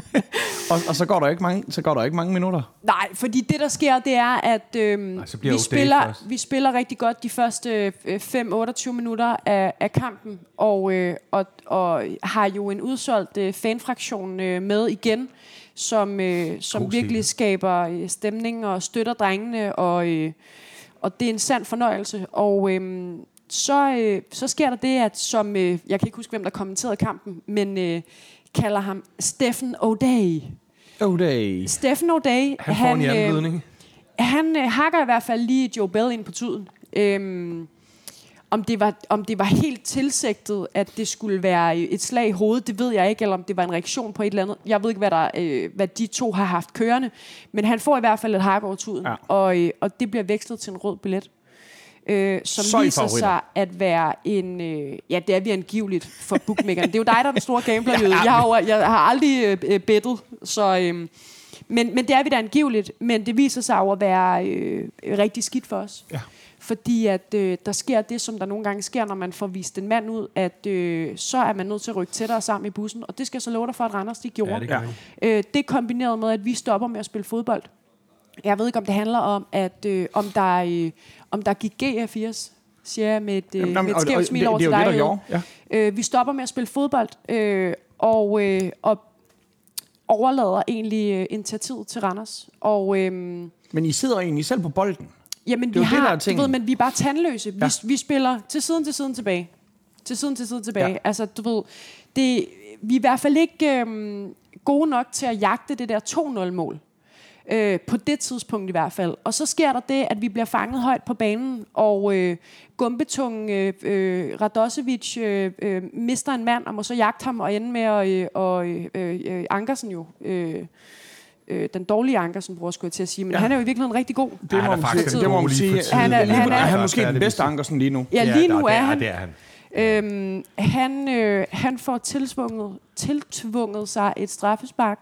og, og så går der ikke mange, så går der ikke mange minutter. Nej, fordi det der sker, det er at øhm, Ej, vi spiller vi spiller rigtig godt de første øh, fem til otteogtyve minutter af, af kampen, og, øh, og og har jo en udsolgt øh, fanfraktion øh, med igen, som øh, som virkelig skaber øh, stemning og støtter drengene, og øh, og det er en sand fornøjelse. Og øh, så øh, så sker der det, at som øh, jeg kan ikke huske hvem der kommenterede kampen, men øh, kalder ham Stephen O'Day. O'Day. Stephen O'Day. Han får en jernblødning. Øh, han øh, hakker i hvert fald lige Joe Bell ind på tuden. Øhm, om, det var, om det var helt tilsigtet, at det skulle være et slag i hovedet, det ved jeg ikke, eller om det var en reaktion på et eller andet. Jeg ved ikke, hvad, der, øh, hvad de to har haft kørende, men han får i hvert fald et hak over tuden, ja. og, øh, og det bliver vekslet til en rød billet. Øh, som så viser sig at være en... Øh, ja, det er vi angiveligt for bookmakeren. Det er jo dig, der er den store gambler. Jeg har, jeg har aldrig øh, bettet, så... Øh, men, men det er vi da angiveligt, men det viser sig jo at være øh, rigtig skidt for os. Ja. Fordi at øh, der sker det, som der nogle gange sker, når man får vist en mand ud, at øh, så er man nødt til at rykke tættere sammen i bussen, og det skal jeg så love dig for, at Randers de gjorde. Ja, det, øh, det er kombineret med, at vi stopper med at spille fodbold. Jeg ved ikke, om det handler om, at øh, om, der, øh, om der gik G F i os. siger jeg med et, Jamen, med et og- skævt og smil det- over det er til jo dig. det, der Jørgen. gjorde, ja. Øh, vi stopper med at spille fodbold, øh, og, øh, og overlader egentlig øh, initiativet til Randers. Og, øh, Men I sidder egentlig selv på bolden. jamen, det er vi jo det, der har, er du tingen. ved, men vi er bare tandløse. Vi, Ja. vi spiller til siden til siden tilbage. Til siden til siden tilbage. Ja. Altså, du ved, det, vi er i hvert fald ikke øh, gode nok til at jagte det der to nul-mål. Øh, på det tidspunkt i hvert fald. Og så sker der det, at vi bliver fanget højt på banen, og øh, gumbetung øh, øh, Radosevic øh, øh, mister en mand, og må så jagte ham og ende med at øh, og, øh, øh, Ankersen jo... Øh, øh, den dårlige Ankersen, bruger skulle jeg til at sige, men ja. han er jo i virkeligheden rigtig god. Det Ja, må han er man faktisk sige. en Det må man dårlig sige. for tiden. Han er- Han er, han er- han er Ja, måske det er den det, bedste vi- Ankersen lige nu. Ja, lige nu det er han. Det er han. Øhm, han, øh, han får tiltvunget, tiltvunget sig et straffespark.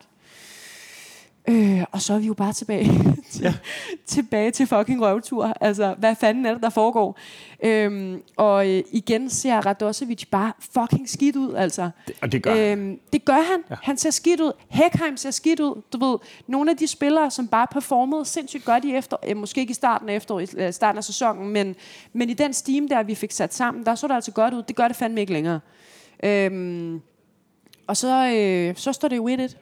Øh, og så er vi jo bare tilbage til, ja. tilbage til fucking røvtur. Altså, hvad fanden er det, der foregår? Øhm, og øh, igen ser Radosevic bare fucking skidt ud, altså. Det, og det gør han. øhm, Det gør han. Ja. Han ser skidt ud. Heckheim ser skidt ud. Du ved, nogle af de spillere, som bare performede sindssygt godt i efter, øh, måske ikke i starten af, efter, øh, starten af sæsonen, men, men i den steam, der vi fik sat sammen, der så det altså godt ud. Det gør det fandme ikke længere. Øhm, og så, øh, så står det jo et et.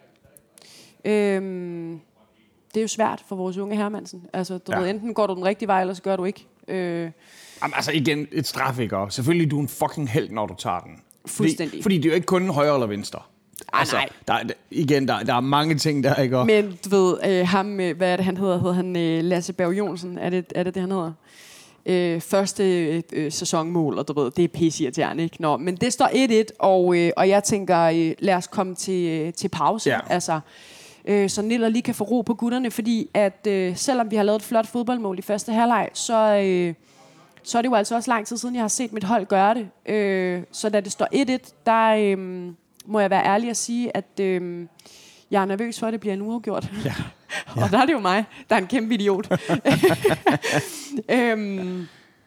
Øhm, det er jo svært for vores unge Hermansen. Altså, du Ja. ved, enten går du den rigtige vej, eller så gør du ikke. Øh, Jamen, altså igen, et straf, ikke? Og selvfølgelig du er en fucking held, når du tager den. Fuldstændig. Fordi, fordi det er jo ikke kun højre eller venstre. Ej, altså, nej. Der, er- igen, der, der er mange ting, der ikke... Og, Men du ved, øh, ham, øh, hvad er det, han hedder? Hedder han øh, Lasse Berg Jonsen? Er det, er det det, han hedder? Øh, første øh, øh, sæsonmål, og du ved, det er pisseirriterende, ikke? Nå, men det står et et, og, øh, og jeg tænker, øh, lad os komme til, øh, til pause. Ja. Altså, øh, så Niller lige kan få ro på gutterne, fordi at øh, selvom vi har lavet et flot fodboldmål i første halvleg, så... Øh, så er det jo altså også lang tid siden, jeg har set mit hold gøre det. Øh, så da det står et et, der øh, må jeg være ærlig at sige, at øh, jeg er nervøs for, at det bliver en uafgjort. ja. Og der er det jo mig, der er en kæmpe idiot. øhm,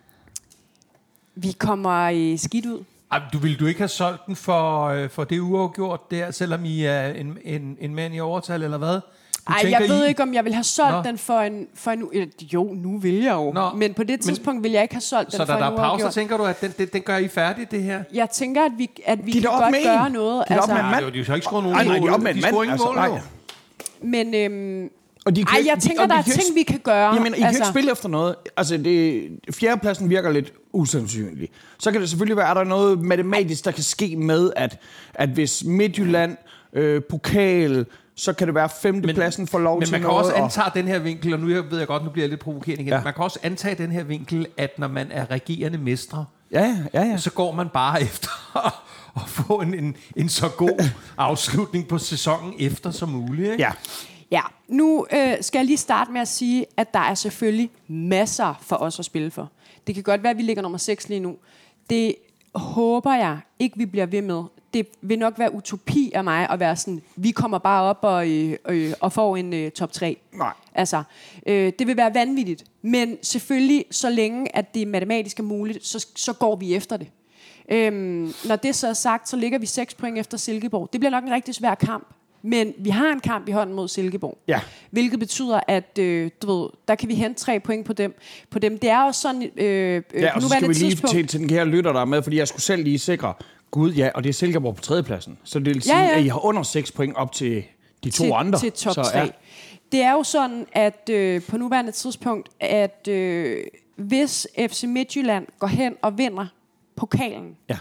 vi kommer i skidt ud. Ej, du ville du ikke have solgt den for, øh, for det uafgjort der, selvom I er en, en, en mand i overtal, eller hvad? Du Ej, tænker, jeg ved I... ikke, om jeg vil have solgt Nå. den for en... For en øh, jo, nu vil jeg jo. Nå. Men på det tidspunkt vil jeg ikke have solgt Så den da for der en er pauser, uafgjort. tænker du, at den, den, den gør I færdig, det her? Jeg tænker, at vi, at vi Giv kan det op godt med en. gøre noget. Giv det op med en Nej, mand. det er jo- de har ikke skruet nogen Ej, nej, de er op med en de mand. scorer ingen Altså, mål nej. nu. Men øhm, Og de kan ej, ikke- jeg de- tænker, og der de er kan ikke- ting, vi kan gøre. Jamen, I kan altså, ikke spille efter noget. Altså, det, fjerdepladsen virker lidt usandsynligt. Så kan det selvfølgelig være, at der er noget matematisk, der kan ske med, at, at hvis Midtjylland, øh, pokal, så kan det være femtepladsen får lov Men til man kan noget. også og- antage den her vinkel, og nu ved jeg godt, nu bliver jeg lidt provokerende igen. Ja. Ja. Man kan også antage den her vinkel, at når man er regerende mestre, Ja, ja, ja. så går man bare efter at få en, en, en så god afslutning på sæsonen efter som muligt. Ikke? Ja. Ja, nu øh, skal jeg lige starte med at sige, at der er selvfølgelig masser for os at spille for. Det kan godt være, at vi ligger nummer seks lige nu. Det håber jeg ikke, vi bliver ved med. Det vil nok være utopi af mig at være sådan, vi kommer bare op og, øh, øh, og får en øh, top tre. Nej. Altså, øh, det vil være vanvittigt. Men selvfølgelig, så længe at det matematisk er muligt, så, så går vi efter det. Øhm, når det så er sagt, så ligger vi seks point efter Silkeborg. Det bliver nok en rigtig svær kamp. Men vi har en kamp i hånden mod Silkeborg. Ja. Hvilket betyder, at øh, du ved, der kan vi hente tre point på dem. På dem. Det er også sådan, øh, øh, Ja, på og så skal nuværende vi lige tidspunkt... til, til den kære lytter, der er med, fordi jeg skulle selv lige sikre, gud ja, og det er Silkeborg på tredjepladsen. Så det vil sige, Ja, ja. at I har under seks point op til de to til, andre. til top så, tre. ja. Det er jo sådan, at øh, på nuværende tidspunkt, at øh, hvis F C Midtjylland går hen og vinder pokalen, Ja.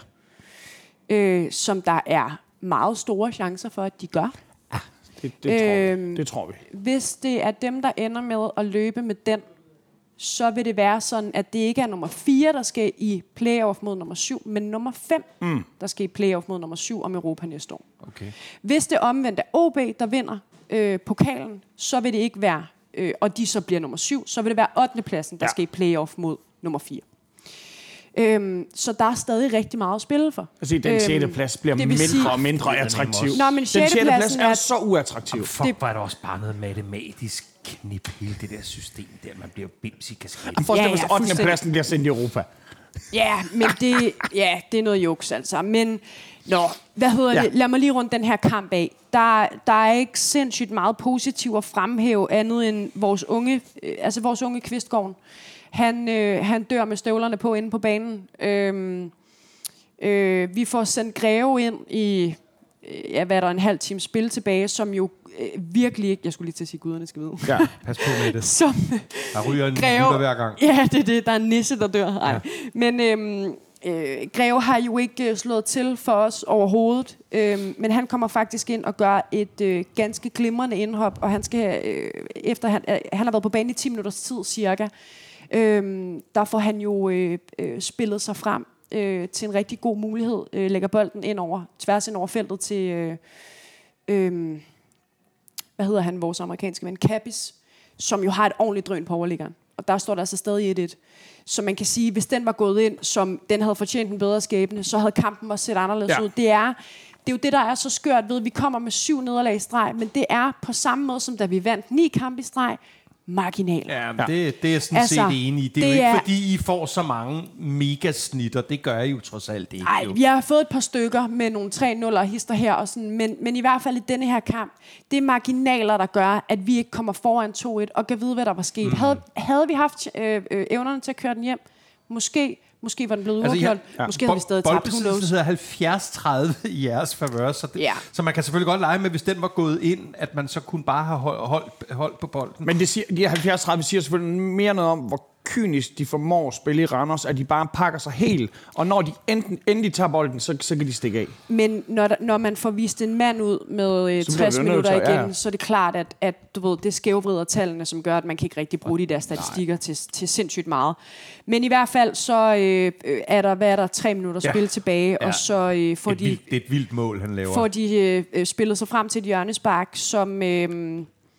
øh, som der er meget store chancer for, at de gør, Det, det, tror Øhm, vi. det tror vi. hvis det er dem, der ender med at løbe med den, så vil det være sådan, at det ikke er nummer fire, der skal i playoff mod nummer syv, men nummer fem, mm. der skal i playoff mod nummer syv om Europa næste år. Okay. Hvis det omvendt er O B, der vinder øh, pokalen, så vil det ikke være, øh, og de så bliver nummer syv, så vil det være ottende pladsen, der Ja. skal i playoff mod nummer fire. Øhm, så der er stadig rigtig meget at spille for. Altså, den sjette plads bliver det vil mindre sige- og mindre attraktiv. Nå, men Den sjette plads sjettepladsen er er- så uattraktiv. Fuck, Det- hvor er der også bare noget matematisk knip, hele det der system der, man bliver bims i kasket. Jamen, forestil Ja, dig, hvis ja, ottende fuldstændig. pladsen bliver sendt i Europa. Ja, men det, ja, det er noget juks, altså. Men, nå, hvad hedder Ja. ja. det? Lad mig lige rundt den her kamp af. Der, der er ikke sindssygt meget positivt at fremhæve andet end vores unge, øh, altså vores unge Kvistgården. Han, øh, han dør med støvlerne på inde på banen. Øhm, øh, vi får sendt Greve ind i, ja, hvad er der, en halv time spil tilbage, som jo øh, virkelig ikke... Jeg skulle lige til at sige, guderne skal vide. Ja, pas på med det. Som, der ryger en Greve, lytter hver gang. Ja, det er det. Der er en nisse, der dør. Ej. Ja. Men øhm, øh, Greve har jo ikke øh, slået til for os overhovedet. Øhm, men han kommer faktisk ind og gør et øh, ganske glimrende indhop, og han skal øh, efter han, øh, han har været på banen i ti minutters tid cirka. Øhm, der får han jo øh, øh, spillet sig frem øh, til en rigtig god mulighed. Øh, lægger bolden ind over, tværs ind over feltet til, øh, øh, hvad hedder han, vores amerikanske ven, Kappis, som jo har et ordentligt drøn på overliggeren. Og der står der altså stadig et et. Så man kan sige, hvis den var gået ind, som den havde fortjent en bedre skæbne, så havde kampen også set anderledes ja. ud. Det er, det er jo det, der er så skørt ved, at vi kommer med syv nederlag i streg, men det er på samme måde, som da vi vandt ni kampe i streg, marginaler. Ja, men det, det er sådan altså, set enig i. Det er det jo ikke, er, fordi I får så mange megasnitter. Det gør I jo trods alt ikke. Nej, vi har fået et par stykker med nogle tre nuller og hister her, og sådan, men, men i hvert fald i denne her kamp, det er marginaler, der gør, at vi ikke kommer foran to et, og kan vide, hvad der var sket. Mm. Havde, havde vi haft øh, øh, evnerne til at køre den hjem? Måske. Måske var den blevet uafgjort. Altså, ja, Måske havde vi stadig tabt. Boldbesiddelsen hedder halvfjerds tredive i jeres favør, så, det, ja. så man kan selvfølgelig godt lege med, hvis den var gået ind, at man så kunne bare have hold, hold, hold på bolden. Men det siger, de halvfjerds tredive siger selvfølgelig mere noget om, hvor kynisk de formår at spille i Randers, at de bare pakker sig helt, og når de enten, endelig tager bolden, så, så kan de stikke af. Men når, der, når man får vist en mand ud med øh, tres minutter igen, ja, ja. så er det klart, at, at du ved, det skævvrider tallene, som gør, at man kan ikke rigtig bruge de der statistikker til, til sindssygt meget. Men i hvert fald, så øh, er der, hvad er der, tre minutter ja. spil tilbage, ja. og så øh, får et de... Vildt, det er et vildt mål, han laver. Får de øh, spillet sig frem til et hjørnespark, som... Øh,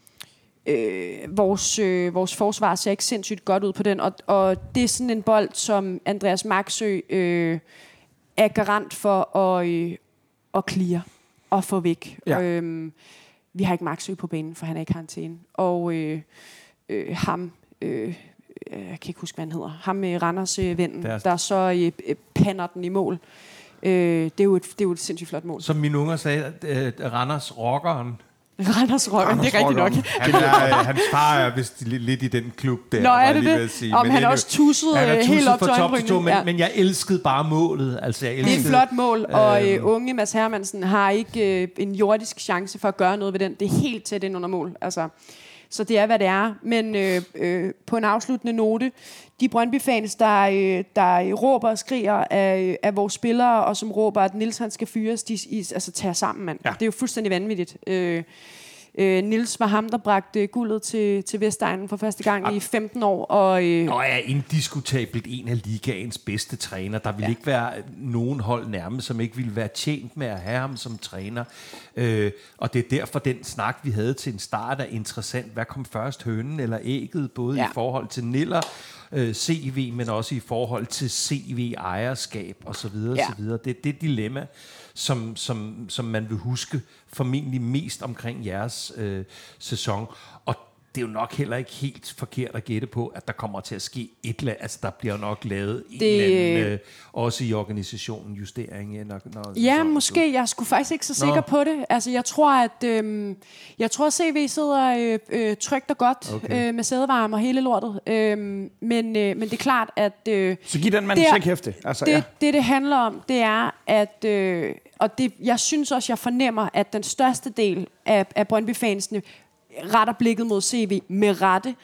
Øh, vores, øh, vores forsvar ser ikke sindssygt godt ud på den, og, og det er sådan en bold, som Andreas Maxø øh, er garant for at, øh, at clear og få væk. Ja. Øhm, vi har ikke Maxø på banen, for han er i karantæne. Og øh, øh, ham, øh, jeg kan ikke huske, hvad han hedder, ham med Randers øh, vennen, der, der så øh, pander den i mål. Øh, det, er jo et, det er jo et sindssygt flot mål. Som mine unger sagde, øh, Randers rockeren. Randers Rockeren, det er rigtigt nok. Han er, hans far er vist lidt i den klub der. Nå, er det det? Sige. Om men han er også tussede helt op til øjenbrynene. Men, ja. men jeg elskede bare målet. Altså, jeg elskede, det er et flot mål, og øh, unge Mads Hermansen har ikke øh, en jordisk chance for at gøre noget ved den. Det er helt tæt ind under mål. Altså, så det er, hvad det er. Men øh, øh, på en afsluttende note, de Brøndby-fans, der, øh, der råber og skriger af, af vores spillere, og som råber, at Niels han skal fyres, de i, altså, tager sammen, mand. Ja. Det er jo fuldstændig vanvittigt. Øh, øh, Niels var ham, der bragte guldet til, til Vestegnen for første gang ah. i femten år. Og, øh, og er indiskutabelt en af ligaens bedste træner. Der vil ja. ikke være nogen hold nærmest, som ikke ville være tjent med at have ham som træner. Øh, og det er derfor den snak, vi havde til en start, er interessant. Hvad kom først, hønen eller ægget? Både ja. i forhold til Niller, øh, C V, men også i forhold til C V-ejerskab osv. Ja. osv. Det er det dilemma, som, som, som man vil huske formentlig mest omkring jeres øh, sæson. Og det er jo nok heller ikke helt forkert at gætte på, at der kommer til at ske et eller andet. Altså, der bliver nok lavet det... en eller anden, øh, også i organisationen, justering. Når, når ja, så, måske. Du... Jeg er sgu faktisk ikke så sikker Nå. på det. Altså, jeg tror, at øh, jeg tror, at C V sidder øh, øh, trygt og godt okay. øh, med sædevarme og hele lortet. Øh, men, øh, men det er klart, at... Øh, så giv den mand en sæk hæfte. Altså, det, ja. det, det handler om, det er, at... Øh, og det, jeg synes også, jeg fornemmer, at den største del af, af Brøndby-fansene retter blikket mod C V med rette.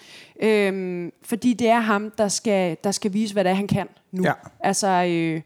Øhm, fordi det er ham, der skal, der skal vise, hvad det er, han kan nu. Ja. Altså, øh,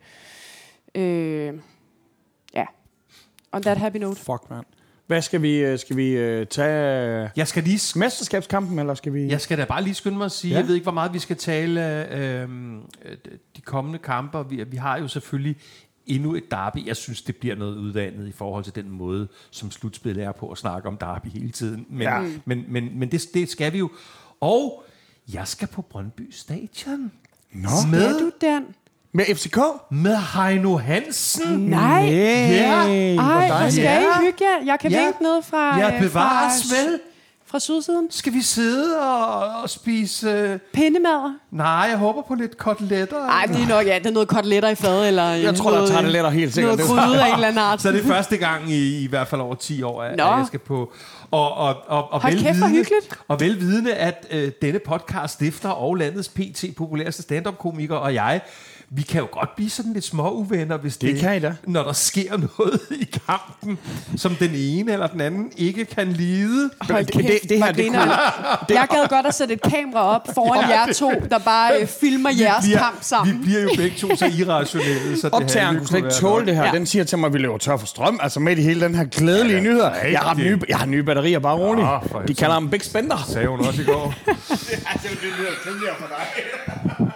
øh, ja. On that happy note. Fuck, man. Hvad skal vi, skal vi uh, tage? Jeg skal lige... Mesterskabskampen, eller skal vi... Jeg skal da bare lige skynde mig at sige, ja. jeg ved ikke, hvor meget vi skal tale øh, de kommende kamper. Vi, vi har jo selvfølgelig endnu et derby. Jeg synes, det bliver noget udvandet i forhold til den måde, som slutspillet er på at snakke om derby hele tiden. Men, ja. men, men, men det, det skal vi jo. Og jeg skal på Brøndby Stadion. Nå. Med du den? Med F C K? Med Heino Hansen. Nej. Ja. Ej, hvor skal I hygge jer? Jeg kan ja. vinke ned fra... Ja, bevares fra, vel. fra sydsiden? Skal vi sidde og, og spise... Øh... Pindemader? Nej, jeg håber på lidt koteletter. Nej, det er nok, ja, det er noget koteletter i fad, eller... Jeg tror, noget, der tager det lettere helt sikkert. Noget gryde af en eller anden art. Så det er første gang i, i hvert fald over ti år, at, at jeg skal på... Og, og, og, og Hold kæft, hvor hyggeligt. Og velvidende, at øh, denne podcast stifter og landets P T populæreste stand-up-komiker og jeg... Vi kan jo godt blive sådan lidt små uvenner, hvis det, det kan I da. Når der sker noget i kampen, som den ene eller den anden ikke kan lide. Hold kæft, det, det her, det kunne... Jeg gad godt at sætte et kamera op foran ja, jer to, der bare øh, filmer jeres bliver, kamp sammen. Vi bliver jo begge to så irrationelle. Så optageren kunne slet ikke tåle det her. Ja. Den siger til mig, at vi løber tør for strøm. Altså med i hele den her glædelige ja, nyheder. Jeg har, nye, jeg har nye batterier, bare roligt. Oh, de kalder dem Big Spender. Sagde hun også i går. Det lyder tidligere for dig.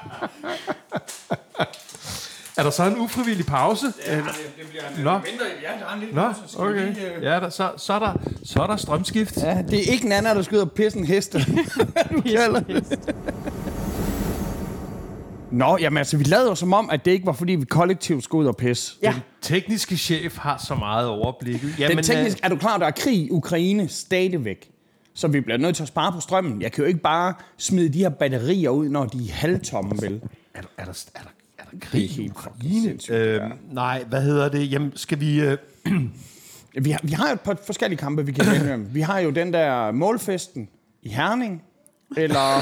Er der så en ufrivillig pause? Ja, det, det bliver en Nå. mindre. Ja, der er en lille Nå, pause. okay. Lige, uh... Ja, der, så, så, er der, så er der strømskift. Ja, det er ikke en anden, der skyder pissen heste. Nå, jamen altså, vi lavede jo som om, at det ikke var, fordi vi kollektivt skulle ud og pisse. Ja. Den tekniske chef har så meget overblik. Jamen, Den tekniske, er du klar, der er krig i Ukraine stadigvæk? Så vi bliver nødt til at spare på strømmen. Jeg kan jo ikke bare smide de her batterier ud, når de er halvtomme, vel? Er der, er der, er der krig i Ukraine? Øhm, nej, hvad hedder det? Jamen, skal vi... Øh... vi, har, vi har jo et par forskellige kampe, vi kan vende. Vi har jo den der målfesten i Herning, eller...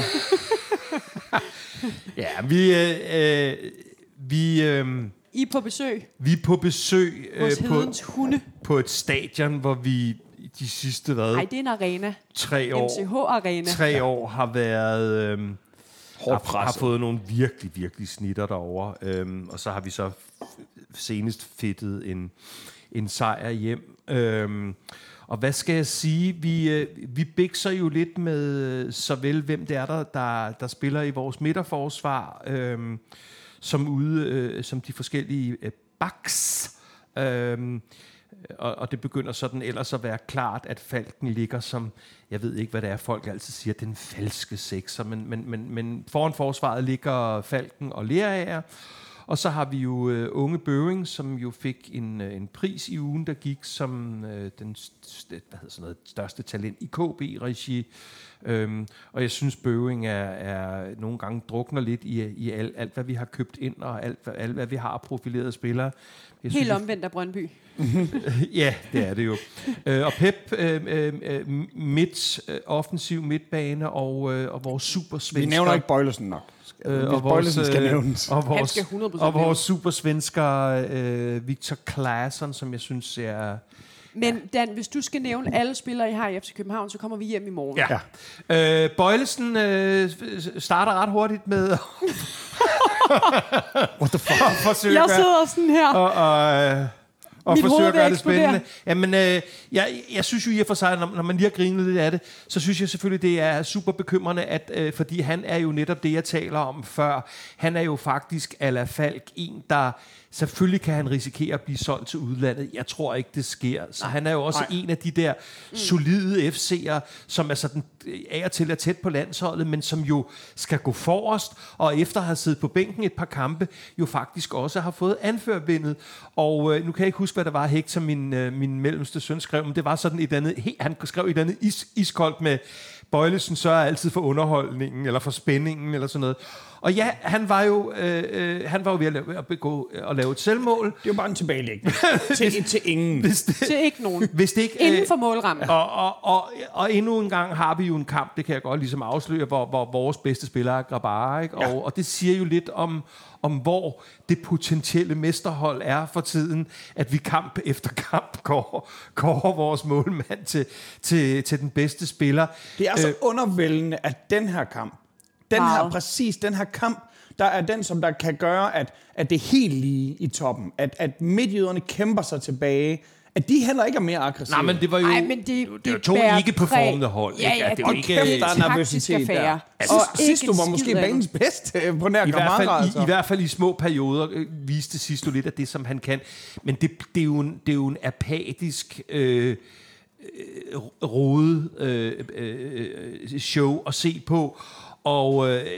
ja, vi... Øh, øh, vi øh, I er på besøg. Vi er på besøg øh, på, hunde. på et stadion, hvor vi de sidste, hvad? Nej, det er en arena. Tre år. M C H Arena. Tre år har været... Øh, Hårdt har, har fået nogle virkelig, virkelig snitter derovre. Øhm, og så har vi så senest fedtet en, en sejr hjem. Øhm, og hvad skal jeg sige? Vi, øh, vi bikser jo lidt med såvel, hvem det er, der, der, der spiller i vores midterforsvar, øhm, som ude, øh, som de forskellige øh, backs. Øhm, Og, og det begynder sådan ellers at være klart, at Falken ligger som, jeg ved ikke, hvad det er, folk altid siger, den falske sekser, men, men, men, men foran forsvaret ligger Falken og Lerager, og så har vi jo uh, unge Bøving, som jo fik en, uh, en pris i ugen, der gik som uh, den st- hvad hedder sådan noget, største talent i K B-regi, um, og jeg synes, Bøving er, er nogle gange drukner lidt i, i alt, alt, hvad vi har købt ind, og alt, alt hvad vi har af profilerede spillere. Jeg Helt synes, omvendt af Brøndby. ja, det er det jo. øh, og Pep, øh, øh, midt, øh, offensiv midtbane og, øh, og vores supersvensker. Vi nævner ikke Bøjlesen nok. Øh, og Bøjlesen skal nævnes. Og vores, og vores supersvensker øh, Victor Claesson, som jeg synes er... Men Dan, hvis du skal nævne alle spillere, I har i F C København, så kommer vi hjem i morgen. Ja. ja. Øh, Bøjlesen øh, starter ret hurtigt med... What the fuck? Jeg sidder sådan her. Og, og, og Mit forsøger at gøre det eksploderer. spændende. Jamen, øh, jeg, jeg synes jo i og for sig, når, når man lige har grinet lidt af det, så synes jeg selvfølgelig, det er super bekymrende, at, øh, fordi han er jo netop det, jeg taler om før. Han er jo faktisk a la Falk, en, der selvfølgelig kan han risikere at blive solgt til udlandet. Jeg tror ikke, det sker. Så Ej. han er jo også Ej. en af de der solide F C'er, som er sådan af og til er tæt på landsholdet, men som jo skal gå forrest, og efter at have siddet på bænken et par kampe, jo faktisk også har fået anførbindet. Og øh, nu kan jeg ikke huske, hvad der var, Hector, min, øh, min mellemste søn, skrev, men det var sådan et andet, he, han skrev et andet is, iskoldt med, Bøjlesen sørger altid for underholdningen, eller for spændingen, eller sådan noget. Og ja, han var jo, øh, øh, han var jo ved at, lave, at begå og lave et selvmål. Det var bare en tilbagelægning. til, til ingen. Det, til ikke nogen. Hvis det ikke, Inden for målrammen. Og, og, og, og endnu en gang har vi jo en kamp, det kan jeg godt ligesom afsløre, hvor, hvor vores bedste spiller er Grabara, ikke? Og, ja. og det siger jo lidt om, om, hvor det potentielle mesterhold er for tiden, at vi kamp efter kamp går, går vores målmand til, til, til den bedste spiller. Det er så øh, undervældende, at den her kamp, den wow. her, præcis den her kamp, der er den, som der kan gøre, at, at det er helt lige i toppen. At, at midtjyderne kæmper sig tilbage. At de heller ikke er mere aggressive. Nej, men det var jo Ej, men det, det, det var to ikke performende hold. Ja, ja, det er ikke kæft, der er nervøsitet der. Altså, og sidst du var måske banens bedste på nær I, hvert fald, altså. i, I hvert fald i små perioder øh, viste sidst du lidt af det, som han kan. Men det, det, er, jo en, det er jo en apatisk øh, øh, rodet øh, øh, show at se på. Og øh,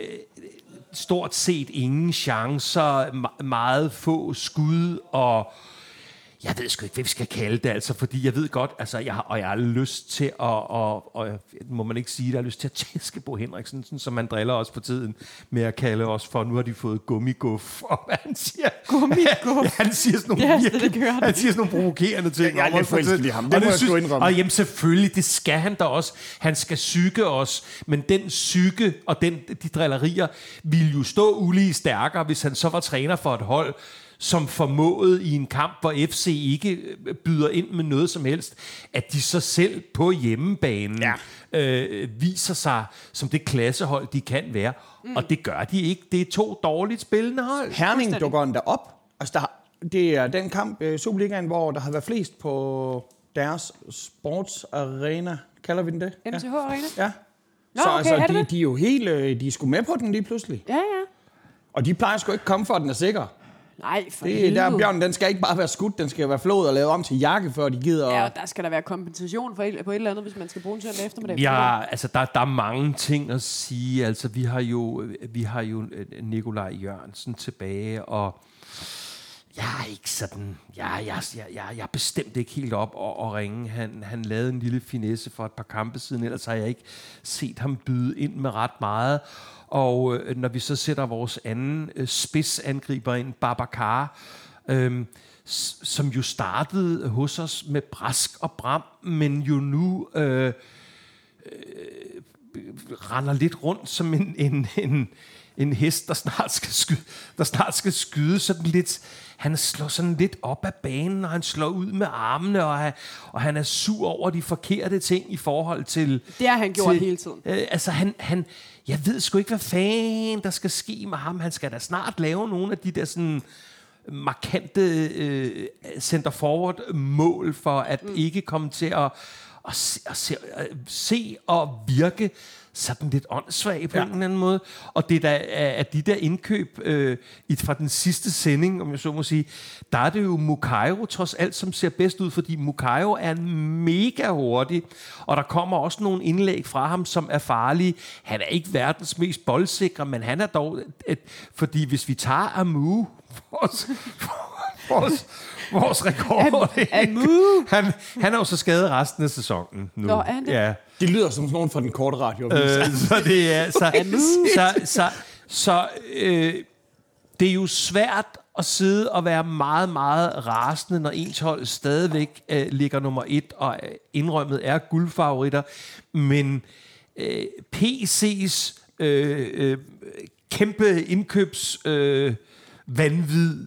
stort set ingen chancer, meget få skud, og jeg ved sgu ikke, hvad vi skal kalde det, altså, fordi jeg ved godt, altså, jeg har, og jeg har lyst til at, og, og må man ikke sige det, jeg har lyst til at tæske Bo Henriksen, sådan, som man driller os på tiden med at kalde os for, nu har de fået gummiguff, og hvad han siger. Gummiguff? Ja, han siger sådan nogle, virkelig, han siger sådan nogle provokerende ting. Jeg er lidt forelsket i ham, det og må jeg synes, sgu indrømme. Og jamen selvfølgelig, det skal han da også. Han skal psyke os, men den psyke og den, de drillerier ville jo stå ulige stærkere, hvis han så var træner for et hold, som formåede i en kamp, hvor F C ikke byder ind med noget som helst, at de så selv på hjemmebanen ja. øh, viser sig som det klassehold, de kan være. Mm. Og det gør de ikke. Det er to dårligt spillende hold. Herning dukker der op. Altså, der, det er den kamp i Superligaen, hvor der har været flest på deres sportsarena. Kalder vi den det? M T H Arena? Ja. Nå, så okay, altså, de, de er jo helt... De er sgu med på den lige pludselig. Ja, ja. Og de plejer sgu ikke komme for, at den er sikker. Nej, for det, der bjørnen, den skal ikke bare være skudt, den skal være flået og lavet om til jakke, før de gider. Ja, og der skal der være kompensation for et, på et eller andet, hvis man skal bruge en søndag eftermiddag. Ja, altså der, der er mange ting at sige. Altså vi har jo, vi har jo Nikolaj Jørgensen tilbage, og jeg er ikke sådan, jeg, jeg, jeg, jeg, jeg er bestemt ikke helt op og, og ringe. Han, han lavede en lille finesse for et par kampe siden, ellers har jeg ikke set ham byde ind med ret meget. Og øh, når vi så sætter vores anden øh, spidsangriber ind, Babacar, øh, s- som jo startede hos os med brask og bram, men jo nu øh, øh, render lidt rundt som en, en, en, en hest, der snart skal skyde, der snart skal skyde sådan lidt. Han slår sådan lidt op ad banen, og han slår ud med armene, og han, og han er sur over de forkerte ting i forhold til... Det har han gjort til, hele tiden. Øh, altså, han, han... Jeg ved sgu ikke, hvad fanden der skal ske med ham. Han skal da snart lave nogle af de der sådan markante øh, center forward mål for at mm. ikke komme til at, at, se, at, se, at se og virke sådan lidt åndssvag på ja. en eller anden måde. Og det der er de der indkøb øh, fra den sidste sending, om jeg så må sige, der er det jo Mukairo trods alt, som ser bedst ud, fordi Mukairo er mega hurtig, og der kommer også nogle indlæg fra ham, som er farlige. Han er ikke verdens mest boldsikre, men han er dog, et, fordi hvis vi tager Amu, vores, vores, vores rekord, Am, Amu. han, han er jo så skadet resten af sæsonen nu. Nå, er han det? Ja. Det lyder som nogen fra den korte radio. Øh, så det er så så så, så øh, det er jo svært at sidde og være meget meget rasende, når ens hold stadigvæk øh, ligger nummer et og indrømmet er guldfavoritter, men øh, P C's øh, øh, kæmpe indkøbs øh, vanvid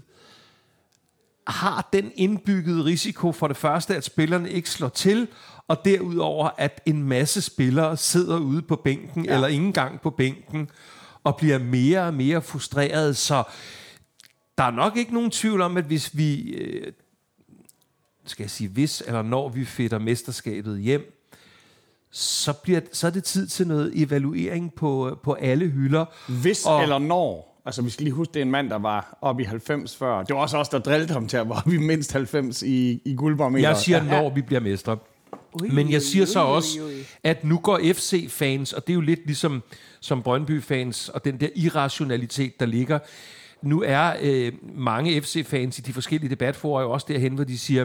har den indbyggede risiko for det første, at spillerne ikke slår til, og derudover, at en masse spillere sidder ude på bænken, ja. eller ikke engang på bænken, og bliver mere og mere frustreret. Så der er nok ikke nogen tvivl om, at hvis vi, øh, skal jeg sige hvis, eller når vi fedter mesterskabet hjem, så, bliver, så er det tid til noget evaluering på, på alle hylder. Hvis og, eller når. Altså, vi skal lige huske, det er en mand, der var oppe i halvfems før. Det var også os, der drillede ham til at være oppe i mindst halvfems i, i guldbarometer. Jeg siger, ja. når vi bliver mestre. Ui, Men jeg siger så ui, ui, også, ui. at nu går F C-fans, og det er jo lidt ligesom som Brøndby-fans, og den der irrationalitet, der ligger. Nu er øh, mange F C-fans i de forskellige debatforer jo også derhen, hvor de siger,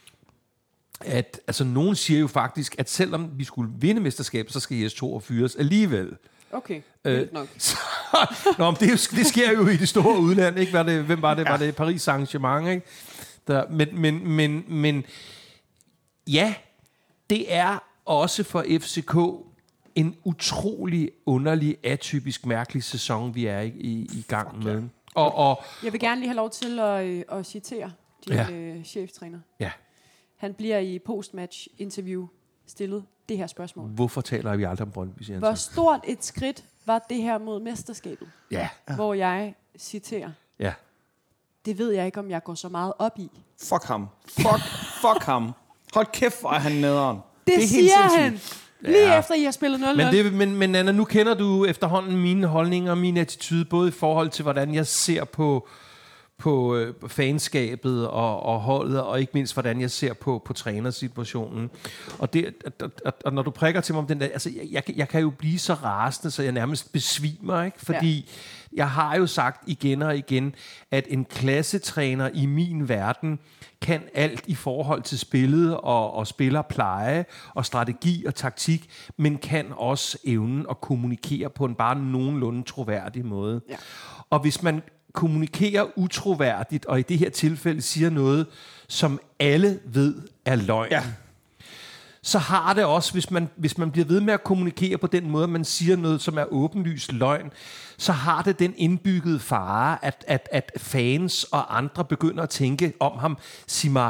at altså nogen siger jo faktisk, at selvom vi skulle vinde mesterskabet, så skal Jes Thor fyres alligevel. Okay, Øh, nok. så, nå, men det, er jo, det sker jo i det store udland, ikke? Var det, hvem var det? Ja. Var det Paris Saint-Germain, ikke? Der, men, men, men, men ja, det er også for F C K en utrolig underlig, atypisk, mærkelig sæson, vi er i, i, i gang Fuck, med. Ja. Og, og, Jeg vil gerne lige have lov til at, øh, at citere din Ja. øh, cheftræner. ja, Han bliver i postmatch interview stillet det her spørgsmål. hvorfor taler vi aldrig om Brøndby, siger han Hvor så? stort et skridt var det her mod mesterskabet? Ja, Hvor jeg citerer, ja. det ved jeg ikke, om jeg går så meget op i. Fuck ham. Fuck, fuck ham. Hold kæft, hvor er han nederen. Det, er det helt siger sindssygt. han, lige Ja. efter I har spillet nul nul. Men, det, men, men Anna, nu kender du efterhånden mine holdninger og min attitude, både i forhold til, hvordan jeg ser på, på øh, fanskabet og, og holdet, og ikke mindst, hvordan jeg ser på, på trænersituationen. Og, det, og, og, og når du prikker til mig om den der, altså, jeg, jeg, jeg kan jo blive så rasende, så jeg nærmest besvimer, ikke? Fordi ja. jeg har jo sagt igen og igen, at en klassetræner i min verden kan alt i forhold til spillet og, og spillerpleje og strategi og taktik, men kan også evnen at kommunikere på en bare nogenlunde troværdig måde. Ja. Og hvis man kommunikerer utroværdigt, og i det her tilfælde siger noget, som alle ved er løgn, ja. så har det også, hvis man, hvis man bliver ved med at kommunikere på den måde, man siger noget, som er åbenlyst løgn, så har det den indbyggede fare, at, at, at fans og andre begynder at tænke om ham, sig mig,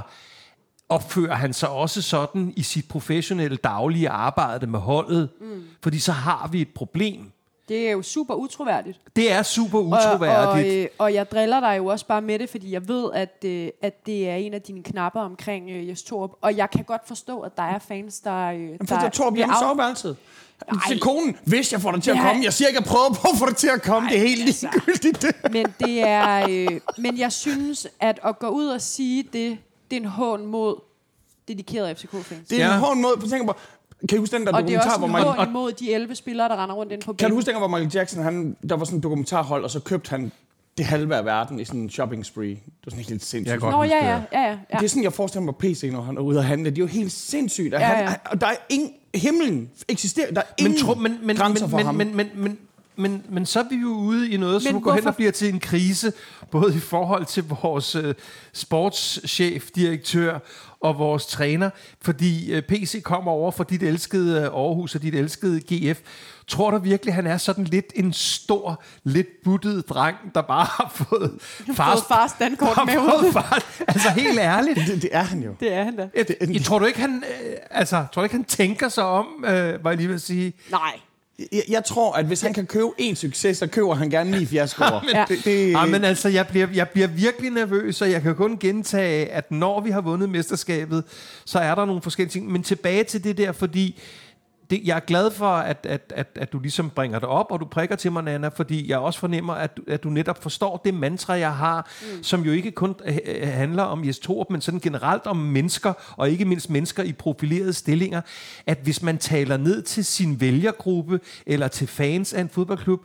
opfører han sig også sådan i sit professionelle daglige arbejde med holdet? Mm. Fordi så har vi et problem. Det er jo super utroværdigt. Det er super utroværdigt. Og, og, øh, og jeg driller dig jo også bare med det, fordi jeg ved, at, øh, at det er en af dine knapper omkring øh, Jes Torup. Og jeg kan godt forstå, at der er fans, der... Øh, Jamen, der Torup hjemme i soveværelset. Til konen, hvis jeg får dig til at komme. Jeg siger ikke, at jeg prøver på at få dig til at komme. Ej, det er helt altså. ligegyldigt. Men det er... Øh, men jeg synes, at at gå ud og sige det, det er en hån mod dedikerede F C K-fans. Det er ja. en hån mod... Tænk på, kan du huske den der og dokumentar, hvor Michael... Og det er også en hån imod de elleve spillere, der render rundt ind på banen. Kan du huske den, hvor Michael Jackson, han, der var sådan en dokumentarhold, og så købte han det halve af verden i sådan en shopping spree. Det var sådan helt sindssygt. Nå, ja, ja, ja, ja. Det er sådan, jeg forestiller mig på P C, når han er ude at handle. Det er jo helt sindssygt. At ja, ja. Han, og der er ingen... Himlen eksisterer. Der er ingen men, tro, men, men, grænser for men, ham. Men, men, men, men, men så er vi jo ude i noget, som går hen og bliver til en krise, både i forhold til vores uh, sportschef, direktør og vores træner, fordi uh, P C kommer over for dit elskede uh, Aarhus og dit elskede G F. Tror du virkelig, han er sådan lidt en stor, lidt buttet dreng, der bare har fået fast, fast dankort med ud? Fast, altså helt ærligt. Det, det er han jo. Det er han da. Jeg, jeg, tror du ikke, han, øh, altså, tror du ikke, han tænker sig om, øh, hvad jeg lige vil sige? Nej. Jeg, jeg tror, at hvis han kan købe én succes, så køber han gerne ni fiaskoer. Ja. Det, det... ja, men altså, jeg bliver, jeg bliver virkelig nervøs, og jeg kan kun gentage, at når vi har vundet mesterskabet, så er der nogle forskellige ting. Men tilbage til det der, fordi det, jeg er glad for, at, at, at, at du ligesom bringer det op, og du prikker til mig, Nana, fordi jeg også fornemmer, at, at du netop forstår det mantra, jeg har, mm. som jo ikke kun uh, handler om Jes Torup, men sådan generelt om mennesker, og ikke mindst mennesker i profilerede stillinger, at hvis man taler ned til sin vælgergruppe, eller til fans af en fodboldklub,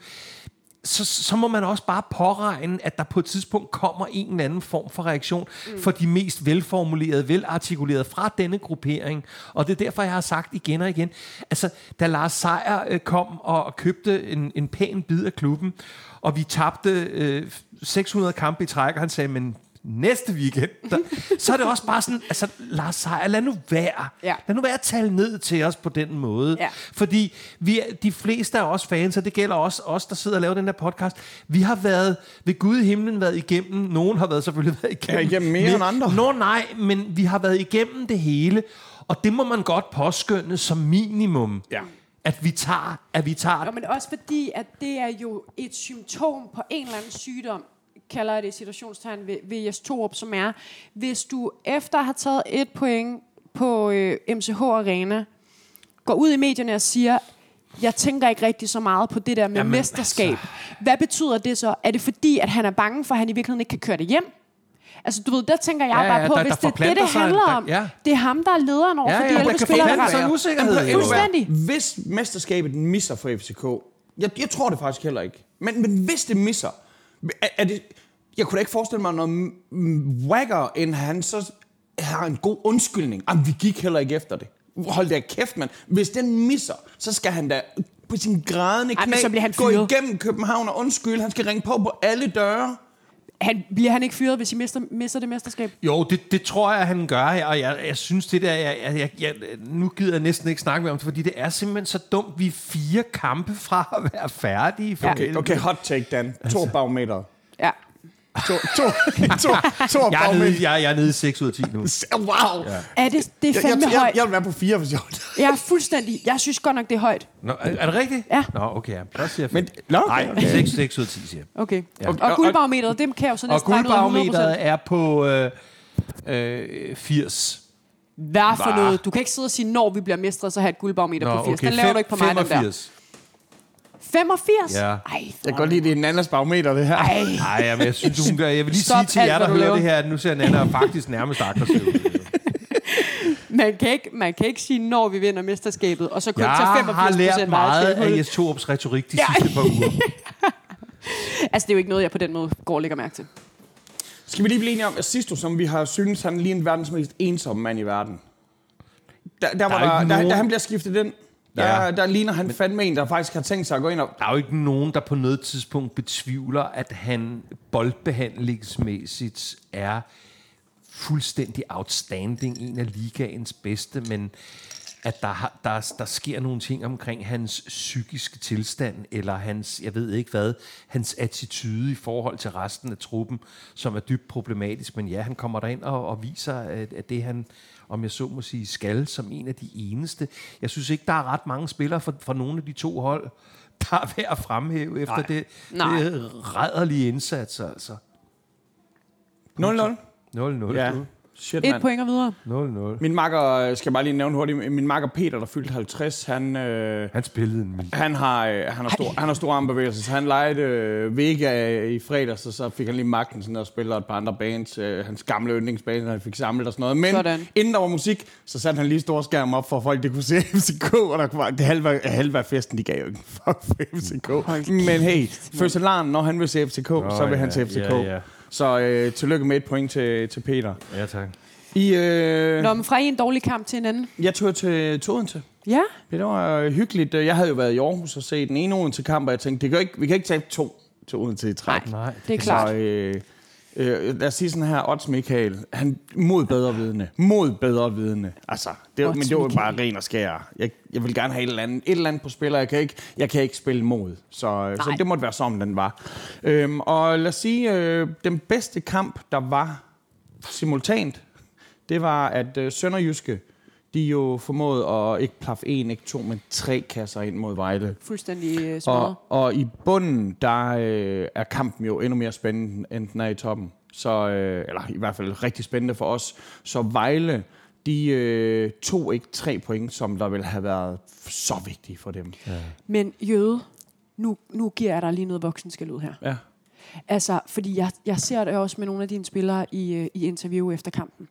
Så, så må man også bare påregne, at der på et tidspunkt kommer en eller anden form for reaktion mm. for de mest velformulerede, velartikulerede fra denne gruppering. Og det er derfor, jeg har sagt igen og igen, altså, da Lars Seier øh, kom og købte en, en pæn bid af klubben, og vi tabte øh, seks hundrede kampe i træk, og han sagde, men næste weekend, der, så er det også bare sådan, altså Lars Seier, lad nu være. Ja. Lad nu være at tale ned til os på den måde. Ja. Fordi vi er, de fleste af os fans, og det gælder også os, der sidder og laver den her podcast, vi har været ved Gud i himlen været igennem, nogen har været selvfølgelig været igennem. Ja, igennem mere end andre. Nå nej, men vi har været igennem det hele, og det må man godt påskynde som minimum. Ja. At vi tager, at vi tager... Ja, men også fordi, at det er jo et symptom på en eller anden sygdom, kalder jeg det i situationstegn ved, ved Jes Torup, som er, hvis du efter at have taget et point på øh, M C H Arena, går ud i medierne og siger, jeg tænker ikke rigtig så meget på det der med Jamen, mesterskab. Altså. Hvad betyder det så? Er det fordi, at han er bange for, at han i virkeligheden ikke kan køre det hjem? Altså, du ved, der tænker jeg ja, bare på, ja, der, hvis der det er det, det handler om, der, ja. det er ham, der er lederen over ja, for de elleve spillere, der er usikkerhed. Fuldstændig. Hvis mesterskabet misser for F C K, jeg, jeg tror det faktisk heller ikke, men, men hvis det misser, er, er det, jeg kunne da ikke forestille mig noget wagger, end han så har en god undskyldning. Jamen, vi gik heller ikke efter det. Hold da kæft, mand. Hvis den misser, så skal han da på sin grædende knæ gå igennem København og undskylde. Han skal ringe på på alle døre. Han, bliver han ikke fyret, hvis I mister, mister det mesterskab? Jo, det, det tror jeg, han gør, og jeg, jeg synes det der, jeg, jeg, jeg, nu gider jeg næsten ikke snakke med om det, fordi det er simpelthen så dumt, vi er fire kampe fra at være færdige. Okay, okay, hot take, Dan. To altså. barometer. Ja. To, to, to, to jeg, er nede, jeg, jeg er nede i seks ud af ti nu. Wow! Ja. Er det, det er fandme jeg, jeg, højt. Jeg vil være på fire, hvis jeg Jeg er fuldstændig... Jeg synes godt nok, det er højt. Nå, er, er det rigtigt? Ja. Nå, okay. Ja. Så siger jeg Men, no, okay, nej, okay. seks ud af ti, siger jeg. Okay. Ja. Og, og guldbarometeret, det kan jeg jo så næsten regne ud. Og guldbarometeret er på øh, øh, firs. Hvad for noget? Du kan ikke sidde og sige, når vi bliver mestre, så have et guldbarometer Nå, på firs. Okay. Den laver Fem, du ikke på mig, femogfirs. Den femogfirs? Ja. Ej, Jeg kan godt lide, det er Nannas barometer, det her. Ej. Nej, jamen, jeg synes, hun gør... Jeg vil lige Stop sige til jer, alt, der hvad du hører laver. det her, at nu ser Nanna faktisk nærmest aggressiv. Man kan, ikke, man kan ikke sige, når vi vinder mesterskabet, og så kun Jeg tage har femogfirs lært procent meget af Jes Torups retorik de Ja. sidste par uger. Altså, det er jo ikke noget, jeg på den måde går og lægger mærke til. Skal vi lige blive enige om, at Sisto, som vi har synes, han er lige en verdens mest ensomme mand i verden. Der, der, der, er der, ikke der, nogen- der han bliver skiftet ind, der, Ja. der ligner han fandme en, der faktisk har tænkt sig at gå ind og... Der er jo ikke nogen, der på noget tidspunkt betvivler, at han boldbehandlingsmæssigt er fuldstændig outstanding, en af ligaens bedste, men at der, har, der, der sker nogle ting omkring hans psykiske tilstand, eller hans, jeg ved ikke hvad, hans attitude i forhold til resten af truppen, som er dybt problematisk. Men ja, han kommer derind og, og viser, at, at det han, om jeg så må sige, skal som en af de eneste. Jeg synes ikke, der er ret mange spillere fra, fra nogle af de to hold, der er værd at fremhæve efter Nej. det, Nej. det rædderlige indsats, altså. nul nul. nul nul. Ja. Shit, Et mand. point og videre. nul nul. Min makker, skal jeg bare lige nævne hurtigt, min makker Peter, der fyldte halvtreds, han... Øh, Han spillede en mild. Han har, øh, han har, stor, han har store armbevægelser, så han lejede øh, Vega i fredags, og så fik han lige magten sådan, og spiller et par andre bands, øh, hans gamle yndlingsband, han fik samlet og sådan noget. Men Sådan. inden der var musik, så satte han lige store skærm op, for at folk de kunne se F C K, og der var, det halve, halve af festen, de gav jo ikke fuck for F C K. Men hey, fødselaren, når han vil se F C K, oh, så vil ja, han se F C K. ja, ja. Så øh, tillykke med et point til, til Peter. Ja, tak. I, øh, Nå, men fra en dårlig kamp til en anden. jeg tog til Odense. Ja. Det var hyggeligt. Jeg havde jo været i Aarhus og set den ene Odense-kamp, og jeg tænkte, det kan ikke, vi kan ikke tabe to til Odense i træk. Nej, Nej, det er klart. Så øh, øh, lad os sige sådan her, Odds Michael, han mod bedre vidne. Mod bedre vidne. Altså, det, Odds men det var jo Michael. bare ren og skær. Jeg, jeg vil gerne have et eller andet, et eller andet på spiller. Jeg kan ikke, jeg kan ikke spille mod. Så, så det måtte være som den var. Øhm, og lad os sige, øh, den bedste kamp, der var simultant, det var, at øh, Sønderjyske, de jo formåede at ikke plaffe en, ikke to, men tre kasser ind mod Vejle. Fuldstændig øh, smadret. Og, og i bunden, der øh, er kampen jo endnu mere spændende, end den er i toppen. Så, øh, eller i hvert fald rigtig spændende for os. Så Vejle, de øh, tog ikke tre point, som der ville have været så vigtige for dem. Ja. Men Jøde, nu, nu giver jeg dig lige noget voksenskæld ud her. Ja. Altså, fordi jeg, jeg ser det også med nogle af dine spillere i, øh, i interview efter kampen.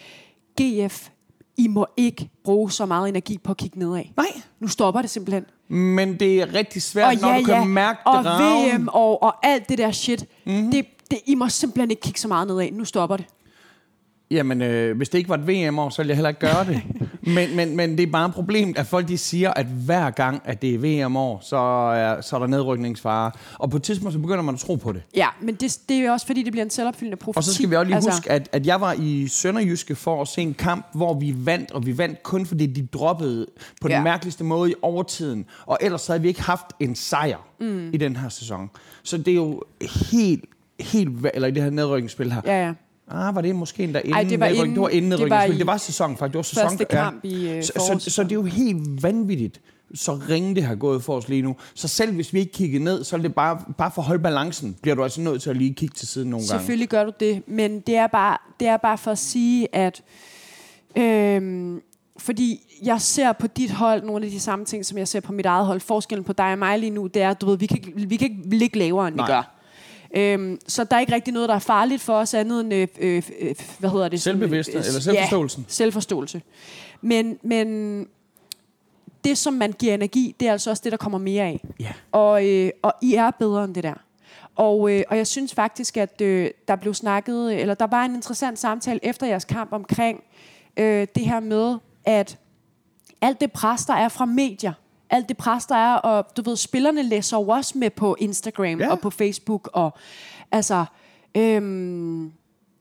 G F, I må ikke bruge så meget energi på at kigge nedad. Nej. Nu stopper det simpelthen. Men det er rigtig svært, Og når ja, du kan ja, mærke og dragen. V M og, og alt det der shit. Mm-hmm. Det, det, I må simpelthen ikke kigge så meget nedad. Nu stopper det. Jamen, øh, hvis det ikke var et V M-år, så ville jeg heller ikke gøre det. men, men, men det er bare et problem, at folk de siger, at hver gang, at det er V M-år, så er, så er der nedrykningsfare. Og på et tidspunkt, så begynder man at tro på det. Ja, men det, det er jo også, fordi det bliver en selvopfyldende profeti. Og så skal vi også lige altså, huske, at, at jeg var i Sønderjyske for at se en kamp, hvor vi vandt, og vi vandt kun fordi de droppede på den Ja. mærkeligste måde i overtiden. Og ellers havde vi ikke haft en sejr mm. i den her sæson. Så det er jo helt, helt, eller i det her nedrykningsspil her. Ja, ja. Ah, var det måske endda inden? Ej, det var nedrykning? inden- det var inden det var nedrykningsspil. i Det var sæson faktisk. Det var sæson, første kamp i, øh, så, så, så det er jo helt vanvittigt, så ringe det har gået for os lige nu. Så selv hvis vi ikke kigger ned, så er det bare, bare for at holde balancen, bliver du altså nødt til at lige kigge til siden nogle gange. Selvfølgelig gør du det, men det er bare, det er bare for at sige, at øhm, fordi jeg ser på dit hold nogle af de samme ting, som jeg ser på mit eget hold. Forskellen på dig og mig lige nu, det er, at du ved, vi kan, vi kan ikke ligge lavere, end Nej. vi gør. Øhm, så der er ikke rigtig noget, der er farligt for os andet end, øh, øh, øh, hvad hedder det? Selvbevidsthed, øh, eller selvforståelsen. Ja, selvforståelse. Men, men det, som man giver energi, det er altså også det, der kommer mere af. Ja. Og, øh, og I er bedre end det der. Og, øh, og jeg synes faktisk, at øh, der blev snakket, eller der var en interessant samtale efter jeres kamp omkring øh, det her med, at alt det pres, der er fra medier, alt det pres, der er, og du ved, spillerne læser jo også med på Instagram Ja. og på Facebook, og altså, øhm,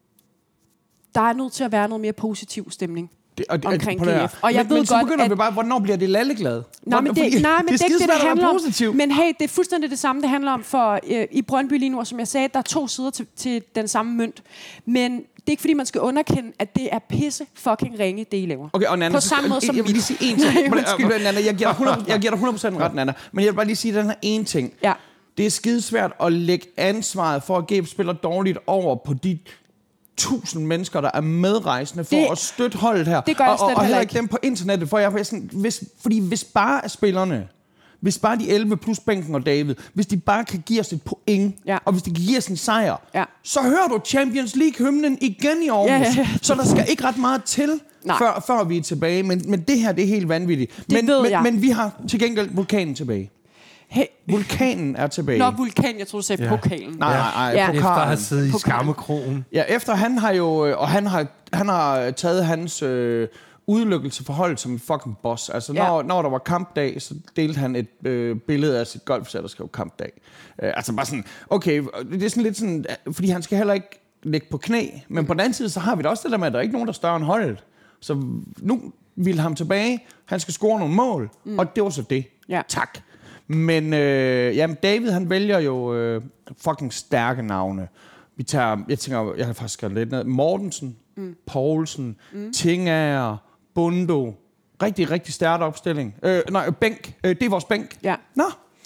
der er nødt til at være noget mere positiv stemning. Det, og det, Omkring prøv at høre. G F. Og jeg men, ved men så godt, begynder at- vi bare, hvornår bliver det lalleglade? Nej, men det, Fordi nej, men det, det er ikke det, skidesvært det at handler være om. positiv. Men hey, det er fuldstændig det samme, det handler om for øh, i Brøndby lige nu, og som jeg sagde, der er to sider til, til den samme mønt. Men det er ikke, fordi man skal underkende, at det er pisse fucking ringe, det I laver. Okay, og Nana, På så- samme måde jeg, som jeg vil lige sige en ting. Nej, Prøv lige- undskyld. øh, Nana, jeg giver dig hundrede jeg giver dig hundrede procent ret, Nana. Men jeg vil bare lige sige den her ene ting. Ja. Det er skidesvært at lægge ansvaret for, at G F spiller dårligt over på de tusind mennesker, der er medrejsende for Det- at støtte holdet her. det gør jeg og, og, slet og heller heller ikke. ikke dem på internettet, for jeg er sådan, hvis, fordi hvis bare af spillerne Hvis bare de elleve plus bænken og David, hvis de bare kan give os et point, ja. og hvis de kan give os en sejr, ja. så hører du Champions League-hymnen igen i Aarhus. Ja, ja, ja. Så der skal ikke ret meget til, før, før vi er tilbage. Men, men det her, det er helt vanvittigt. Det men, ved men, jeg. men vi har til gengæld vulkanen tilbage. Hey. Vulkanen er tilbage. Nå, vulkan, jeg tror du sagde ja. pokalen. Nej, nej, nej. Ja. Efter at have siddet i skammekrogen. Ja, efter han har jo, og han har, han har taget hans øh, udelukkelse for holdet som en fucking boss. Altså, ja. når, når der var kampdag, så delte han et øh, billede af sit golfsæt, der skrev kampdag. Øh, altså bare sådan, okay, det er sådan lidt sådan, fordi han skal heller ikke ligge på knæ, men på den anden side, så har vi da også det der med, at der er ikke nogen, der er større end holdet. Så nu vil ham tilbage, han skal score nogle mål, mm. og det var så det. Ja. Tak. Men øh, jamen David, han vælger jo øh, fucking stærke navne. Vi tager, jeg tænker, jeg har faktisk skrevet lidt ned. Mortensen, mm. Poulsen, mm. Tingager, Bundo. Rigtig, rigtig stærk opstilling. Øh, nej, bænk. Øh, det er vores bænk. Ja. Nå.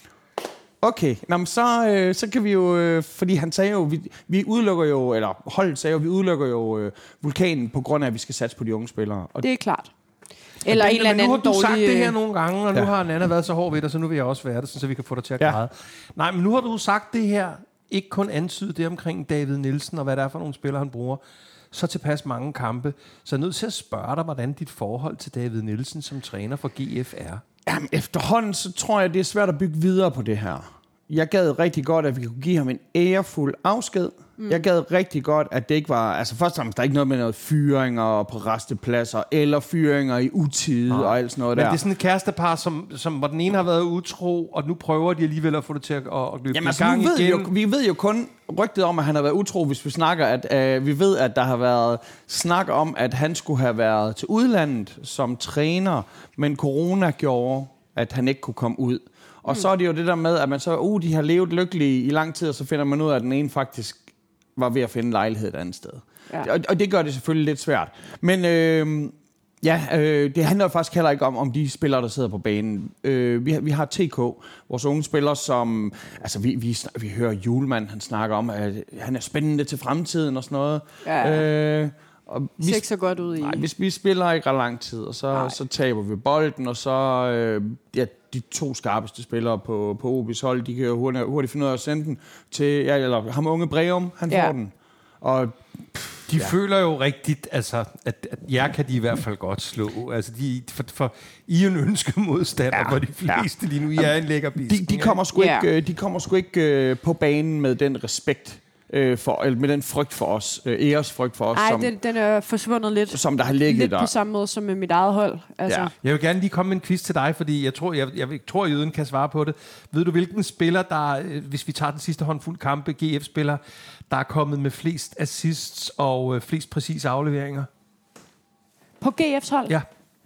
Okay, nå, men så, øh, så kan vi jo, øh, fordi han sagde jo, vi, vi udelukker jo, eller holdet sagde jo, vi udelukker jo øh, vulkanen på grund af, at vi skal satse på de unge spillere. Og det er klart. Eller en eller anden dårlig... Nu har du dårlig... sagt det her nogle gange, og ja. nu har Nana været så hård ved dig, så nu vil jeg også være det, så vi kan få dig til at græde. Ja. Nej, men nu har du sagt det her, ikke kun antydet det omkring David Nielsen, og hvad det er for nogle spillere, han bruger, så tilpas mange kampe. Så jeg er nødt til at spørge dig, hvordan dit forhold til David Nielsen som træner for G F er. Jamen, efterhånden, så tror jeg, det er svært at bygge videre på det her. Jeg gad rigtig godt, at vi kunne give ham en ærefuld afsked. Mm. Jeg gad rigtig godt, at det ikke var... Altså først og fremmest, der er ikke noget med noget fyringer på restepladser, eller fyringer i utide og alt sådan noget Men der. det er sådan et kærestepar, som, som, hvor den ene har været utro, og nu prøver de alligevel at få det til at, at løbe Jamen, i altså, gang vi ved igen. Jo, vi ved jo kun rygtet om, at han har været utro, hvis vi snakker, at øh, vi ved, at der har været snak om, at han skulle have været til udlandet som træner, men corona gjorde, at han ikke kunne komme ud. Og mm. så er det jo det der med, at man så, uh, de har levet lykkelige i lang tid, og så finder man ud af, at den ene faktisk var ved at finde en lejlighed et andet sted. Ja. Og, og det gør det selvfølgelig lidt svært. Men øh, ja, øh, det handler jo faktisk heller ikke om, om de spillere, der sidder på banen. Øh, vi, har, vi har T K, vores unge spillere, som... Altså, vi, vi, vi hører Julemand, han snakker om, at han er spændende til fremtiden og sådan noget. Ja. Øh, og vi, ser ikke så godt ud i... Nej, hvis vi spiller ikke ret lang tid, og så, så taber vi bolden, og så... Øh, ja, de to skarpeste spillere på, på O B's hold, de kan jo hurtigt, hurtigt finde ud af at sende den til... Ja, eller ham unge Breum, han ja. får den. Og... De ja. føler jo rigtigt, altså, at, at jer kan de i hvert fald godt slå. Altså, de, for, for I er en ønskemodstander ja. for de fleste ja. lige nu. I er en lækker bisk. De, de kommer sgu ja. ikke, de kommer sgu ikke uh, på banen med den respekt, uh, for, eller med den frygt for os, uh, æresfrygt for os. Nej, som, den, den er forsvundet lidt. Som der har ligget lidt der. på samme måde som med mit eget hold. Altså. Ja. Jeg vil gerne lige komme med en quiz til dig, fordi jeg tror, jeg, jeg, jeg tror, Jøden kan svare på det. Ved du, hvilken spiller, der, hvis vi tager den sidste håndfuld kampe, G F-spiller, der er kommet med flest assists og øh, flest præcise afleveringer? På G F's hold? Ja.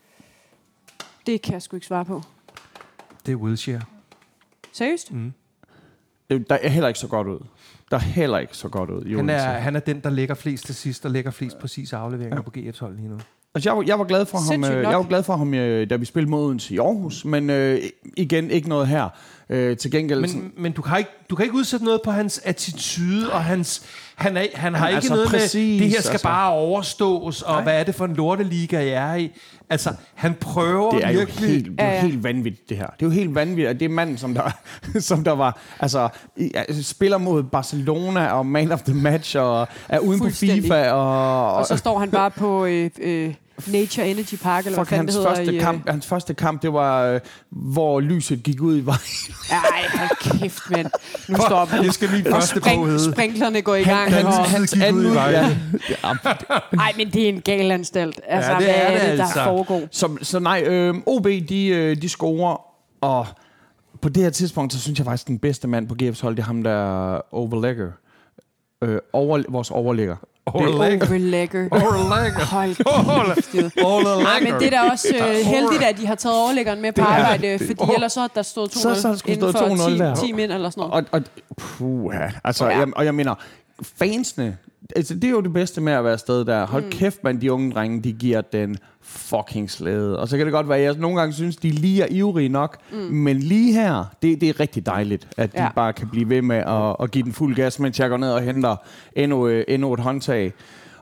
Det kan jeg sgu ikke svare på. Det er Wilshere. Seriøst? Mm. Der er heller ikke så godt ud. Der er heller ikke så godt ud. Han er, han er den, der lægger flest assist og lægger flest præcise afleveringer ja. på G F's hold lige nu. Altså, jeg var, jeg var glad for ham, øh, jeg var glad for ham, øh, da vi spillede mod Odense i Aarhus, men øh, igen, ikke noget her. Øh, til gengæld... Men, sådan, men du, kan ikke, du kan ikke udsætte noget på hans attitude, og hans... Han, er, han har ikke altså noget præcis, med, det her skal altså, bare overstås, og nej. Hvad er det for en lorteliga, jeg er i? Altså, han prøver det er virkelig... Jo helt, det er jo ja, ja. helt vanvittigt, det her. Det er jo helt vanvittigt, at det er manden, som der, som der var... Altså, spiller mod Barcelona, og man of the match, og er uden på FIFA, og... Og så står han bare på... Øh, øh, Nature Energy Park, eller hvad fanden det hedder. Første i, kamp, hans første kamp, det var, øh, hvor lyset gik ud i vejen. Ej, hold kæft, mand. Nu stopper det. skal min første spring, sprinklerne går i gang. Han, hans, hans anden ud i vejen. Ej, men det er en gal anstalt. Altså, ja, det hvad er det, det der altså. foregår? Så, så nej, øh, O B, de, de scorer, og på det her tidspunkt, så synes jeg faktisk, den bedste mand på G F's hold, det er ham, der overlægger. Øh, over, vores overlægger. Overlægger. Overlægger. Hold kæft. Nej, men det er da også øh, heldigt, at de har taget overlæggeren med på arbejde, fordi ellers så der stod to nul så, så inden for ti mænd eller sådan noget. Og, og, puha, altså, ja. jeg, og jeg mener, fansene, altså, det er jo det bedste med at være afsted der. Hold mm. kæft, man, de unge drenge, de giver den fucking slæde. Og så kan det godt være, at jeg nogle gange synes, de lige er ivrige nok, mm. men lige her, det, det er rigtig dejligt, at de ja. bare kan blive ved med at, at give den fuld gas, mens jeg går ned og henter endnu, endnu et håndtag.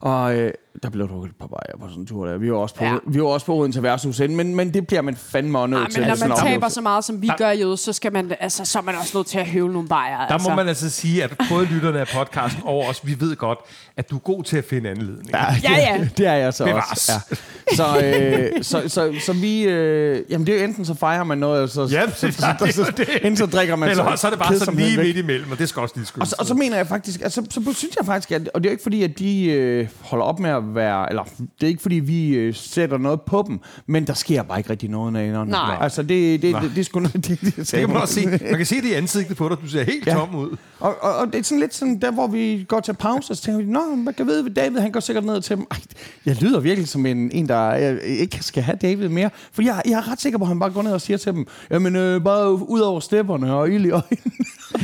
Og øh, der blev drukket et par bajer på sådan en tur der. Vi var også på, Ja. vi var også på Odense Værtshus inden, men, men det bliver man fandme også nødt Nej, til. men når sådan man en taber oplevelse. så meget, som vi gør jo, så, skal man, altså, så er man også nødt til at høvle nogle bajer. Der altså. må man altså sige, at både lytterne af podcasten over os, vi ved godt, at du er god til at finde anledninger. Ja, Ja, ja. Det er jeg så Bevares. også. Ja. Så, øh, så, så, så vi... Øh, jamen, det er jo enten så fejrer man noget, eller så, Ja, så, så, det er så, jo så, det. enten så drikker man Eller så er det bare sådan kedsomheden lige væk. midt imellem, og det skal også lige skyldes. Og så, og så mener jeg faktisk, altså, så, så synes jeg faktisk, at, og det er jo ikke fordi, at de øh, holder op med at være, eller det er ikke fordi, vi øh, sætter noget på dem, men der sker bare ikke rigtig noget nærmere. Nej. Altså, det, det, det, det, det er sgu noget, det, det, det kan man også se. Man kan se det i ansigtet på dig, du ser helt Ja. tom ud. Og, og, og det er sådan lidt sådan, der hvor vi går til pause, så tænker vi, nå, hvad kan jeg vide, David, han går sikkert ned til dem. Ej, jeg lyder virkelig som en, en der jeg, ikke skal have David mere. For jeg, jeg er ret sikker på, at han bare går ned og siger til dem, jamen øh, bare ud over stepperne og ild i øjnene.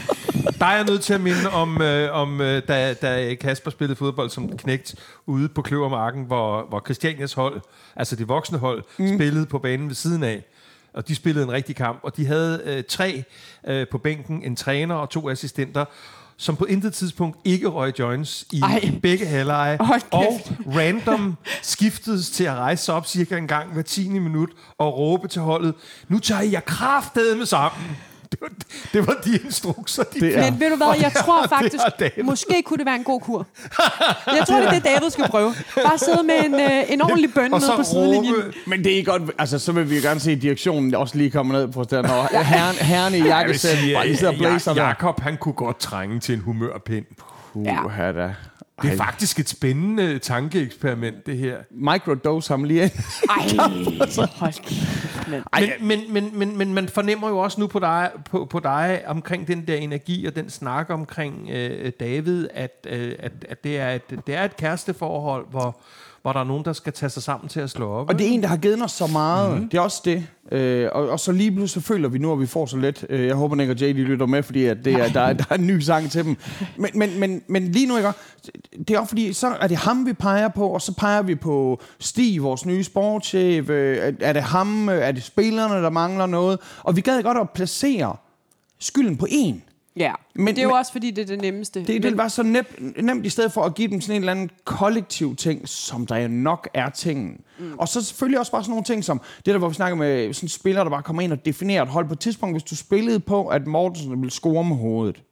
Der er jeg nødt til at minde om, øh, om øh, da, da Kasper spillede fodbold som knægt ude på Kløvermarken, hvor, hvor Christianias hold, altså det voksne hold, mm. spillede på banen ved siden af. Og de spillede en rigtig kamp, og de havde øh, tre øh, på bænken, en træner og to assistenter, som på intet tidspunkt ikke røg joints i Ej. begge halvleje, Hold og random skiftedes til at rejse sig op cirka en gang hver tiende minut og råbe til holdet, nu tager I jer kraftedeme sammen. Det var, det var de instrukser, de Det er- Men ved du hvad, jeg tror det er faktisk, David. måske kunne det være en god kur. Jeg tror, det er det, David skal prøve. Bare sidde med en, øh, en ordentlig bønne og nede så på sidelinjen. råbe. Men det er godt, altså så vil vi jo gerne se direktionen også lige komme ned på stedet, når herren, herren i Jeg vil jakkesæt sige, bare lige sidder og blæser der. Jakob, han kunne godt trænge til en humørpind. Ja. Uha da. Det er faktisk et spændende tankeeksperiment, det her. Microdose ham lige ind. Ej, hold kæft, mand. Men, men, men, men, men man fornemmer jo også nu på dig, på, på dig omkring den der energi og den snak omkring øh, David, at, øh, at, at det, er et, det er et kæresteforhold, hvor, hvor der er nogen, der skal tage sig sammen til at slå op. Og det er en, der har givet os så meget. Mm-hmm. Det er også det. Øh, og, og så lige pludselig føler vi nu, at vi får så let. Øh, jeg håber, Nick og Jay de lytter med, fordi at det er, der, er, der er en ny sang til dem. Men, men, men, men lige nu, ikke? Det er også fordi, så er det ham, vi peger på, og så peger vi på Stig, vores nye sportschef. Øh, er det ham? Er det spillerne, der mangler noget? Og vi gad godt at placere skylden på en. Ja, men, Men- det er jo men- også, fordi det er det nemmeste. Det, det var så nemt, nemt i stedet for at give dem sådan en eller anden kollektiv ting, som der jo nok er tingen. Mm. Og så selvfølgelig også bare sådan nogle ting som, det der, hvor vi snakker med sådan en spiller, der bare kommer ind og definerer et hold på et tidspunkt, hvis du spillede på, at Mortensen ville score med hovedet.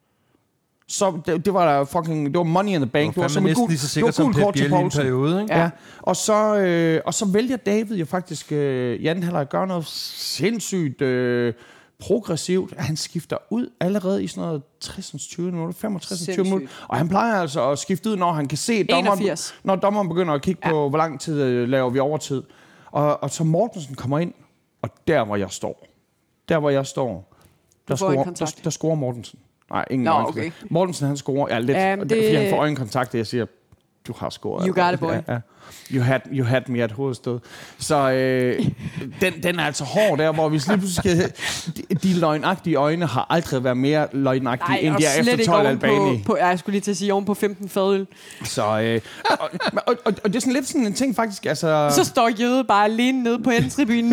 Så det, det var der fucking, det var money in the bank. det var som fandme et næsten gult- lige så det sikkert var som gult Pep kort til Biel i en Poulsen. periode, ikke? Ja. ja. Og, så, øh, og så vælger David jo faktisk øh, i anden halvleg at gøre noget sindssygt øh, progressivt. Han skifter ud allerede i sådan noget tres til tyve minutter, femogtres til tyve Sindssygt. minutter. Og han plejer altså at skifte ud, når han kan se dommeren, enogfirs. når dommeren begynder at kigge ja. på, hvor lang tid øh, laver vi overtid. Og, og så Mortensen kommer ind, og der hvor jeg står, der hvor jeg står, der, får scorer, der, øjenkontakt. der scorer Mortensen. Nej, ingen Nå, øjenkontakt. okay. Mortensen han scorer, ja lidt, Ja, ja, men det... det- fordi han får øjenkontakt, og jeg siger, du har scoret. You got it, boy. Ja, ja. You had, you had me at hovedstød. Så øh, den, den er altså hård der, hvor vi lige pludselig skal... De, de løgnagtige øjne har aldrig været mere løgnagtige, Nej, end og de er slet efter ikke tolv oven på, Albani. på, jeg skulle lige til at sige oven på femten fadøl. Så, øh, og, og, og, og det er sådan lidt sådan en ting faktisk, altså... Så står Jøde bare alene nede på N-tribunen.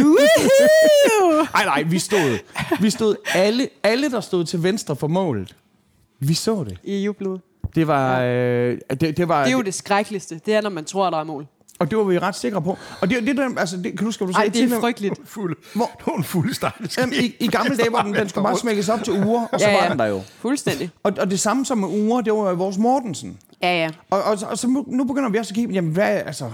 Nej, nej, vi stod. Vi stod alle, alle, der stod til venstre for målet. Vi så det. I jublede. Det var... Øh, det, det var Det er jo det skrækkeligste. Det er, når man tror, der er mål. og det var vi ret sikre på. Og det, det der, altså, det, kan du huske, hvad du Ej, sagde det er tidligere? frygteligt. Fuld, Hvor- det var en fuld start. Jamen, i, I gamle dage, hvor den, den skulle bare smækkes op til uger, og så Ja, var ja. den der jo. Fuldstændig. Og, og det samme som med uger, det var vores Mortensen. Ja, ja. Og, og, og så nu, nu begynder vi også at kigge, jamen hvad, altså...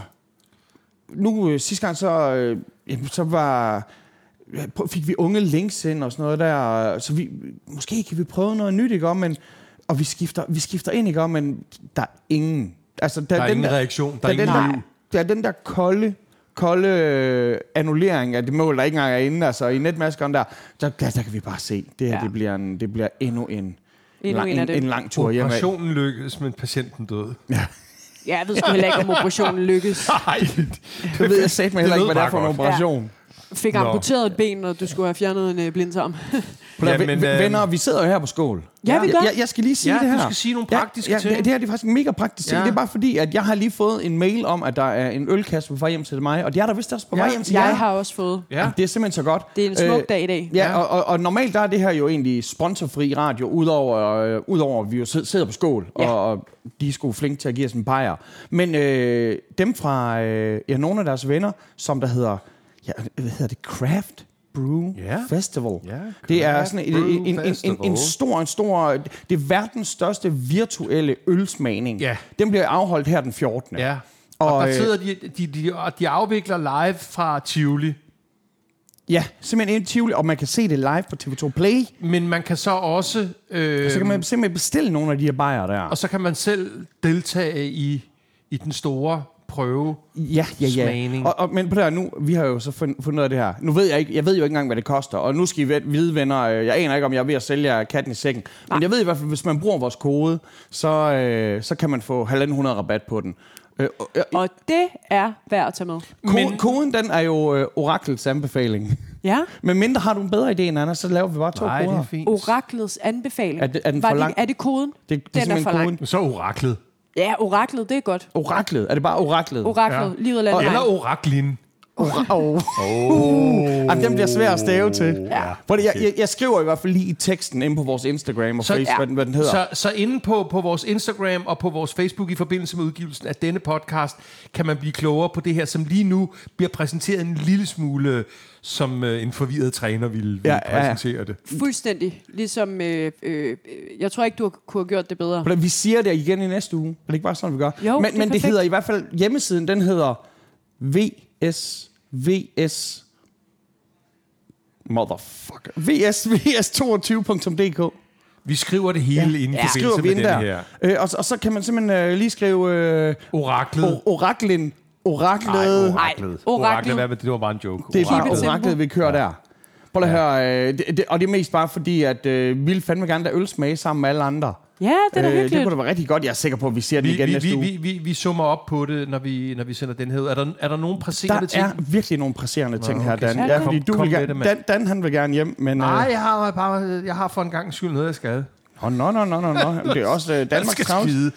Nu øh, sidste gang, så, øh, jamen, så var... ja, prøv- fik vi unge links ind og sådan noget der, så vi, måske kan vi prøve noget nyt, ikke om, men... Og vi skifter, vi skifter ind, ikke om, men der er ingen... Altså, Der er den ingen reaktion, der er den ingen der, liv. der er den der kolde, kolde øh, annullering af det mål, der ikke engang er inde. Altså i netmaskeren der, der, der, der kan vi bare se, det her Ja. det, bliver en, det bliver endnu en, Endnu lang, en af en, dem. en lang tur hjemme. Operationen lykkedes, men patienten døde. Ja, jeg ved sgu heller ikke, om operationen lykkes. Nej, Det ved jeg sagt mig heller det ikke, hvad lød det er for bare en godt. operation. Fik Nå. amputeret et ben, og du skulle have fjernet en øh, blindtarm. Ja, men, øh... venner, vi sidder jo her på Skål. Ja, vi gør. Jeg, jeg skal lige sige ja, det her. du skal sige nogle praktiske ja, ja, ting. Det her det er faktisk en mega praktisk ting. Ja. Det er bare fordi, at jeg har lige fået en mail om, at der er en ølkasse på vej hjem til mig, og de er der vist også på Ja. vej hjem til jer. Jeg har også fået. Ja. Det er simpelthen så godt. Det er en smuk øh, dag i dag. Ja, og, og, og normalt der er det her jo egentlig sponsorfri radio, udover, øh, udover at vi jo sidder på Skål, ja. og, og de er sgu flinke til at give os en bajer. Men øh, dem fra øh, ja, nogle af deres venner, som der hedder, ja, hvad hedder det, Craft Brew Ja. Festival. Ja, det er sådan en, en, en, en, en, en stor, en stor, det er verdens største virtuelle ølsmagning. Ja. Den bliver afholdt her den fjortende Ja. Og, og der øh, sidder de, de, de, de afvikler live fra Tivoli. Ja, simpelthen en Tivoli, og man kan se det live på T V to Play. Men man kan så også... Øh, Og så kan man simpelthen bestille nogle af de her bajer der. og så kan man selv deltage i, i den store prøve. Ja, ja, ja. Smagning. Og, og, men på det her, nu, vi har jo så fund, fundet ud af det her. Nu ved jeg ikke, jeg ved jo ikke engang, hvad det koster. Og nu skal I ved- vide, venner, øh, jeg aner ikke, om jeg er ved at sælge jer katten i sækken. Nej. Men jeg ved i hvert fald, hvis man bruger vores kode, så, øh, så kan man få halvanden hundrede rabat på den. Øh, øh, Og det er værd at tage med. ko- Men- koden, den er jo øh, Orakels anbefaling. Ja. Men mindre har du en bedre idé end Anders, så laver vi bare to Nej, koder. det er fint. Oraklets anbefaling. Er det- er den Var for det- lang? Er det koden? Det, det er Den er simpelthen for lang. koden. Så oraklet. Ja, oraklet, det er godt. Oraklet. Er det bare oraklet? Oraklet, ja. Livet af landet. Eller oraklin. Ora- oh. oh. Jamen, den bliver svær at stave til. Ja. Fordi jeg, jeg, jeg skriver i hvert fald lige i teksten inde på vores Instagram og Så- Facebook, ja. hvad, den, hvad den hedder. Så, så inde på, på vores Instagram og på vores Facebook i forbindelse med udgivelsen af denne podcast, kan man blive klogere på det her, som lige nu bliver præsenteret en lille smule, som øh, en forvirret træner ville, ville Ja, ja, ja, ja. præsentere det. Fuldstændig. Ligesom, øh, øh, jeg tror ikke, du kunne have gjort det bedre. Vi siger det igen i næste uge. Er det ikke bare sådan, vi gør? Jo, men det er men det perfekt. hedder i hvert fald, hjemmesiden, den hedder V S V S Motherfucker. V S V S toogtyve punktum d k. Vi skriver det hele ja. inden Ja. i Skriver forbindelse vi med ind denne der. her. Øh, og, så- og så kan man simpelthen øh, lige skrive øh, Oraklet. or- oraklen. Oraklet. Nej, oraklet. oraklet. Oraklet, hvad med det? Det var bare en joke. Det er bare Keep it simple. oraklet, vi kører der. Prøv lige at høre, øh, det, det, og det er mest bare fordi, at øh, vi vil fandme gerne lade øl smage sammen med alle andre. Ja, det er da Øh, det hyggeligt. kunne da være rigtig godt. Jeg er sikker på, at vi ser det Vi, igen vi, næste vi, uge. vi, vi, vi summer op på det, når vi, når vi sender den her ud. Er der, er der nogen presserende Der ting? er virkelig nogle presserende ting Nå, her, okay, Dan. så Ja, kom- fordi du kom vil med gerne, det, mand. Dan, Dan, han vil gerne hjem, men... Nej, jeg har bare, jeg har for en gang skyld noget, jeg skal. Åh, nå, nå, nå, nå, nå. Det er også uh, Danmarks skal travlt. skide.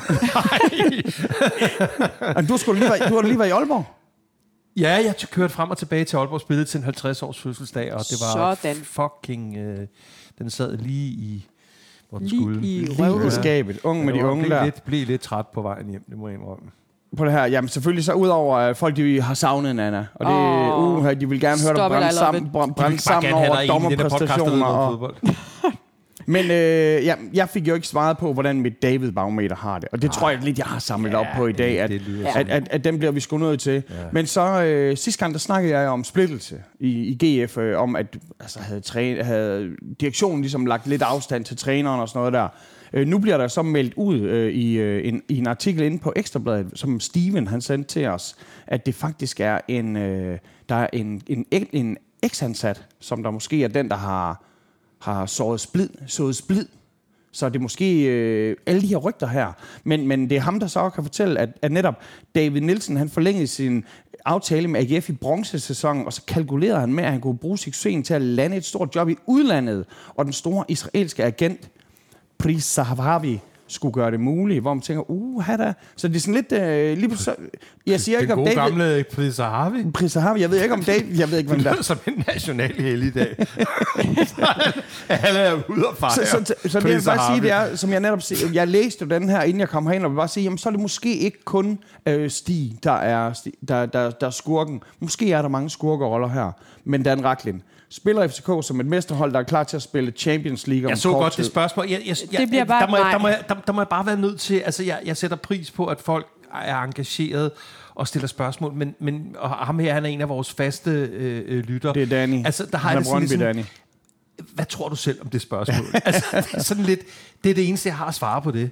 Og Du skulle lige være, du har lige været i Aalborg. Ja, jeg kørte frem og tilbage til Aalborg, spillede til en halvtreds års fødselsdag, og det var Sådan. fucking... Øh, den sad lige i... Hvor den Lige skulle. i Lige i røven. skabet. Ung med de Jeg var- unge blev der. Lidt, blev lidt træt på vejen hjem, det må jeg indrømme. På det her. Jamen selvfølgelig så udover at folk, de har savnet Nana. Og det Åh. uh, de vil gerne høre dig Stop it, brænde I love sammen, it. brænde, De vil brænde bare sammen gerne have over dig inde i den her podcast, der ved dommerpræstationer. noget Og, fodbold. men øh, ja, jeg fik jo ikke svaret på, hvordan mit David-barometer har det. Og det tror jeg lidt, jeg har samlet Ja, op på i dag, det- at, det lyder at, at, at den bliver vi sgu nødt til. Ja. Men så øh, sidste gang, der snakkede jeg om splittelse i, i G F, øh, om at altså, havde, træ, havde direktionen ligesom lagt lidt afstand til træneren og sådan noget der. Øh, nu bliver der så meldt ud øh, i, øh, en, i en artikel inde på Ekstrabladet, som Steven han sendte til os, at det faktisk er en, øh, der er en, en, en eksansat, som der måske er den, der har, har sået splid, sået splid. Så det er måske øh, alle de her rygter her. Men, men det er ham, der så kan fortælle, at, at netop David Nielsen, han forlængede sin aftale med A G F i bronzesæsonen, og så kalkulerede han med, at han kunne bruge succesen til at lande et stort job i udlandet. Og den store israelske agent, Pris Zahavi, skulle gøre det muligt, hvor man tænker, uh, da. Så det er sådan lidt... Øh, lige så, jeg siger ikke Den om gode David... gamle Pris Zahavi. Pris Zahavi, jeg ved ikke om David... Jeg ved ikke, hvem Det der lyder som en national helligdag. Alle er ude og fejre. Så, så, så, så det jeg vil bare sige, det er, som jeg netop siger, jeg læste jo den her, inden jeg kom herind, og vil bare sige, jamen så er det måske ikke kun øh, Stig, der er, Stig, der, der, der er skurken. Måske er der mange skurkeroller her, men Dan Rachlin spiller F C K som et mesterhold, der er klar til at spille Champions League om Jeg så kort godt tid. det spørgsmål. Jeg, jeg, jeg, Det bliver bare der, må, jeg- nej. der, må jeg, der, der må jeg bare være nødt til... Altså, jeg, jeg sætter pris på, at folk er engageret og stiller spørgsmål, men, men og ham her, han er en af vores faste øh, øh, lytter. Det er Danny. Altså, der har Han jeg er det sådan, Brøndby, lidt Danny. sådan, hvad tror du selv om det spørgsmål? altså, det er sådan lidt... Det er det eneste, jeg har at svare på det.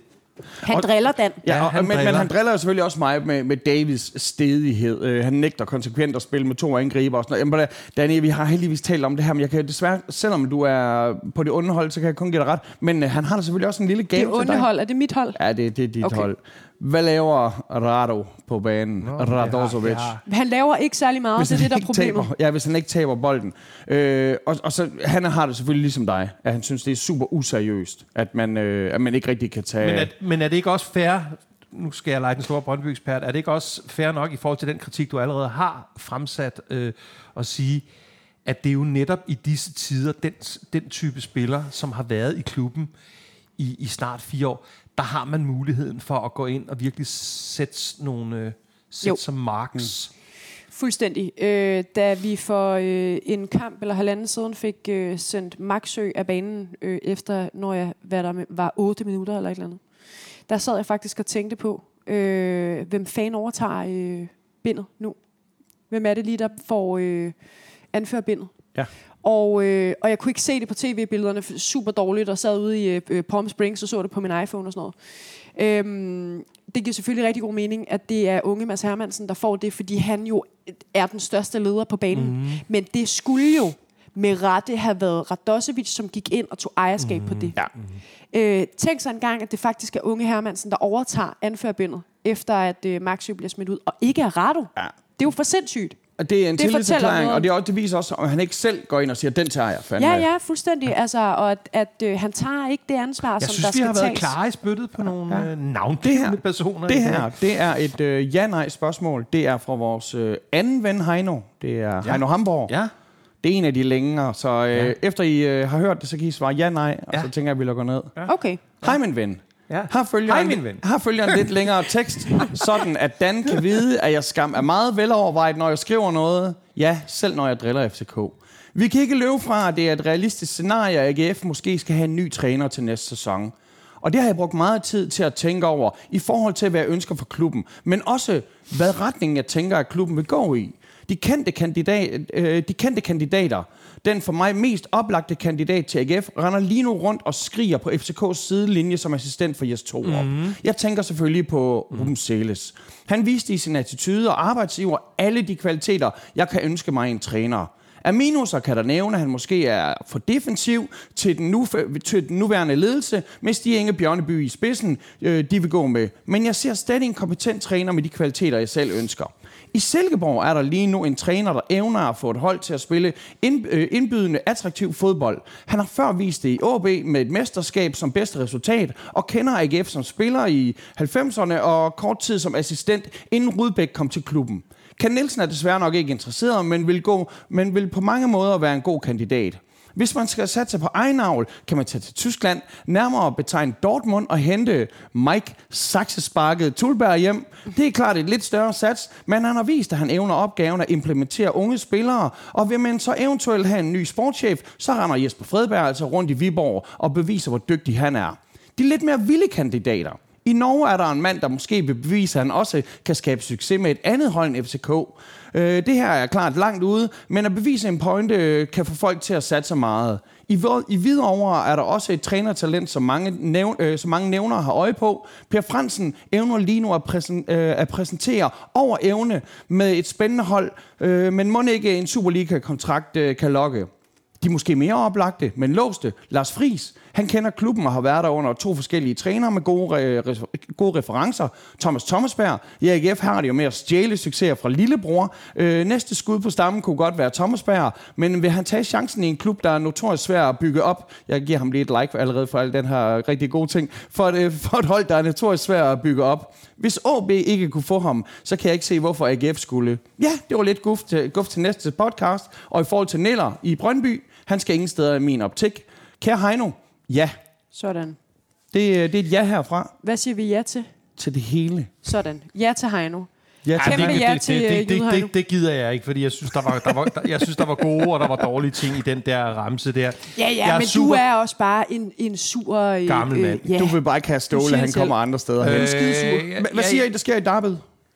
Han og, driller Dan. Ja, Ja, og, han men, driller. men han driller jo selvfølgelig også mig med, med Davids stedighed. Uh, han nægter konsekvent at spille med to angriber og sådan noget. Jamen, Danny, vi har heldigvis talt om det her, men jeg kan det desværre, selvom du er på det onde hold, så kan jeg kun give dig ret. Men uh, han har da selvfølgelig også en lille gave Det til dig. onde hold, er det mit hold? Ja, det, det er dit Okay. hold. Hvad laver Rado på banen? Nå, Radozovic. det har- Han laver ikke særlig meget, så det er det, der er ikke problemet. taber, ja, hvis han ikke taber bolden. Øh, og, og så, han har det selvfølgelig ligesom dig, at han synes, det er super useriøst, at man, øh, at man ikke rigtig kan tage... Men er, men er det ikke også fair, nu skal jeg lege den store Brøndby-ekspert, er det ikke også fair nok i forhold til den kritik, du allerede har fremsat, øh, at sige, at det er jo netop i disse tider, den, den type spiller, som har været i klubben i, i snart fire år, der har man muligheden for at gå ind og virkelig sætte nogle øh, sætte som marks. Mm. Fuldstændig. Øh, da vi for øh, en kamp eller halvanden siden fik øh, sendt Maxø af banen, øh, efter når jeg hvad der med, var otte minutter eller et eller andet, der sad jeg faktisk og tænkte på, øh, hvem fanden overtager øh, bindet nu? Hvem er det lige, der får øh, anført bindet? Ja. Og, øh, og jeg kunne ikke se det på tv-billederne super dårligt, og sad ude i øh, Palm Springs og så det på min iPhone og sådan noget. Øhm, det giver selvfølgelig rigtig god mening, at det er unge Mads Hermansen, der får det, fordi han jo er den største leder på banen. Mm. Men det skulle jo med rette have været Radosevic, som gik ind og tog ejerskab mm. på det. Ja. Øh, tænk så en gang, at det faktisk er unge Hermansen, der overtager anførbindet, efter at øh, Maxø bliver smidt ud, og ikke er Rado. Ja. Det er jo for sindssygt. Og det er en Det fortæller tillidserklæring, noget. og det, er også, det viser også, at han ikke selv går ind og siger, den tager jeg fandme. Ja, ja, fuldstændig. Altså, og at, at øh, han tager ikke det ansvar, Jeg som synes, der vi skal har været tages. klare i spyttet på nogle Ja. øh, navngivende personer. i Det her, det er et øh, ja-nej-spørgsmål. Det er fra vores øh, anden ven, Heino. Det er ja. Heino Hamborg. Ja. Det er en af de længere, så øh, Ja. efter I øh, har hørt det, så kan I svare ja-nej, og Ja. så tænker jeg, at vi lukker ned. Okay. Hej, min ven. Ja. Har følger, Hej, en, min ven. har følger en lidt længere tekst, sådan at Dan kan vide, at jeg skam er meget velovervejet, når jeg skriver noget. Ja, selv når jeg driller F C K. Vi kan ikke løbe fra, at det er et realistisk scenarie, at A G F måske skal have en ny træner til næste sæson. Og det har jeg brugt meget tid til at tænke over, i forhold til, hvad jeg ønsker for klubben, men også, hvad retningen jeg tænker, at klubben vil gå i. De kendte, kandidat, øh, de kendte kandidater, den for mig mest oplagte kandidat til A G F, render lige nu rundt og skriger på F C K's sidelinje som assistent for Jes Torup. Mm-hmm. Jeg tænker selvfølgelig på mm. Ruben Seles. Han viste i sin attitude og arbejdsiver alle de kvaliteter, jeg kan ønske mig i en træner. Af minuser kan der nævne, at han måske er for defensiv til den, nu, til den nuværende ledelse, med Stig Inge Bjørneby i spidsen, øh, de vil gå med. Men jeg ser stadig en kompetent træner med de kvaliteter, jeg selv ønsker. I Silkeborg er der lige nu en træner, der evner at få et hold til at spille indbydende, attraktiv fodbold. Han har før vist det i A B med et mesterskab som bedste resultat, og kender A G F som spiller i halvfemserne og kort tid som assistent, inden Rudbæk kom til klubben. Ken Nielsen er desværre nok ikke interesseret, men vil, gå, men vil på mange måder være en god kandidat. Hvis man skal satse på egen avl, kan man tage til Tyskland, nærmere betegne Dortmund og hente Mike Saksesparket Tulberg hjem. Det er klart et lidt større sats, men han har vist, at han evner opgaven at implementere unge spillere, og vil man så eventuelt have en ny sportschef, så render Jesper Fredberg altså rundt i Viborg og beviser, hvor dygtig han er. De lidt mere vilde kandidater. I Norge er der en mand, der måske vil bevise, at han også kan skabe succes med et andet hold end F C K. Øh, det her er klart langt ude, men at bevise en pointe kan få folk til at satse meget. I, I Hvidovre er der også et trænertalent, som mange, nævn, øh, som mange nævner har øje på. Per Fransen evner lige nu at, præsen, øh, at præsentere over evne med et spændende hold, øh, men må ikke en Superliga-kontrakt øh, kan lokke. De er måske mere oplagte, men låste. Lars Friis, han kender klubben og har været der under to forskellige trænere med gode, re- gode referencer. Thomas Thomasberg, i A G F har de jo med at stjæle succeser fra lillebror. Øh, næste skud på stammen kunne godt være Thomasberg, men vil han tage chancen i en klub, der er notorisk svær at bygge op? Jeg giver ham lige et like for allerede for al den her rigtig gode ting. For et, for et hold, der er notorisk svær at bygge op. Hvis A B ikke kunne få ham, så kan jeg ikke se, hvorfor A G F skulle. Ja, det var lidt guf til, guf til næste podcast. Og i forhold til Neller i Brøndby, han skal ingen steder i min optik. Kære Heino, ja. Sådan. Det, det er et ja herfra. Hvad siger vi ja til? Til det hele. Sådan. Ja til Heino. Ja, Ej, Kæmpe det, ja det, til det, det, det, Jydeheino. det, det gider jeg ikke, fordi jeg synes, der var, der var, der, jeg synes, der var gode og der var dårlige ting i den der ramse der. Ja, ja, jeg men super, du er også bare en, en sur... Øh, Gammel mand. Øh, ja. Du vil bare ikke have Du Ståle, siger han det kommer selv. andre steder Øh, hen. skidesur. ja, Hva- Hvad ja, siger I, der sker i Darby?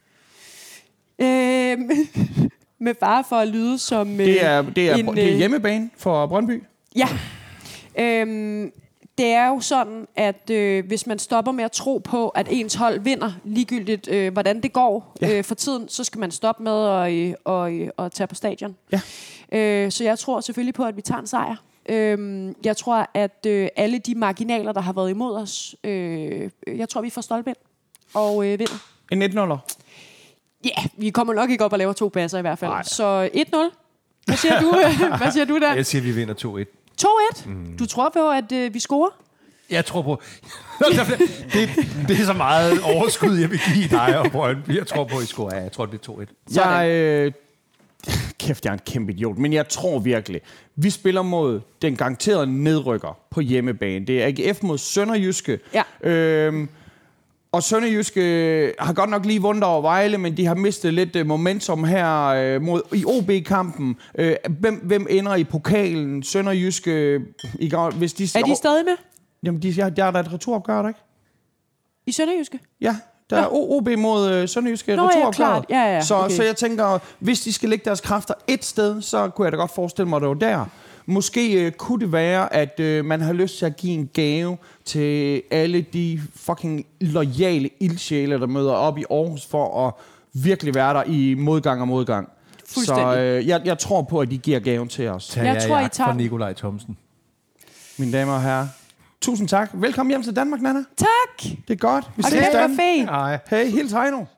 Øh, med fare for at lyde som... Øh, Det er, det er, en, det er øh, hjemmebane for Brøndby. Ja. Øhm, det er jo sådan, at øh, hvis man stopper med at tro på, at ens hold vinder, ligegyldigt øh, hvordan det går ja. øh, for tiden, så skal man stoppe med at, øh, og, øh, at tage på stadion. Ja. Øh, så jeg tror selvfølgelig på, at vi tager en sejr. Øh, jeg tror, at øh, alle de marginaler, der har været imod os, øh, jeg tror, vi får stolpe ind og øh, vinder. En et nul? Ja, yeah, vi kommer nok ikke op og laver to passer i hvert fald. Ej. Så et nul. Hvad siger du? Hvad siger du der? Jeg siger, vi vinder to et. to et? Mm. Du tror på, at øh, vi scorer? Jeg tror på... det, det er så meget overskud, jeg vil give dig og Brøndby. Jeg tror på, at I scorer. Ja, jeg tror, det bliver to et. Jeg... Øh, kæft, jeg er en kæmpe idiot. Men jeg tror virkelig, vi spiller mod den garanterede nedrykker på hjemmebane. Det er A G F mod Sønderjyske. Ja. Øhm, Og Sønderjyske har godt nok lige vundet over Vejle, men de har mistet lidt uh, momentum her uh, mod, i O B-kampen. Uh, hvem, hvem ender i pokalen? Sønderjyske... I, hvis de, er de stadig med? Jamen, de, ja, der er der et returopgør, der ikke? I Sønderjyske? Ja, der er O B mod uh, Sønderjyske Nå, returopgør. Ja, ja, ja. Så, okay. så jeg tænker, hvis de skal lægge deres kræfter et sted, så kunne jeg da godt forestille mig, at det var der. Måske uh, kunne det være, at uh, man har lyst til at give en gave til alle de fucking loyale ildsjæle, der møder op i Aarhus for at virkelig være der i modgang og modgang. Så uh, jeg, jeg tror på, at de giver gaven til os. Tag jeg tror, I tager fra Nikolaj Thomsen. Mine damer og herrer, tusind tak. Velkommen hjem til Danmark, Nana. Tak. Det er godt. Vi og ses det dan. var fint. Hey, hils Heino.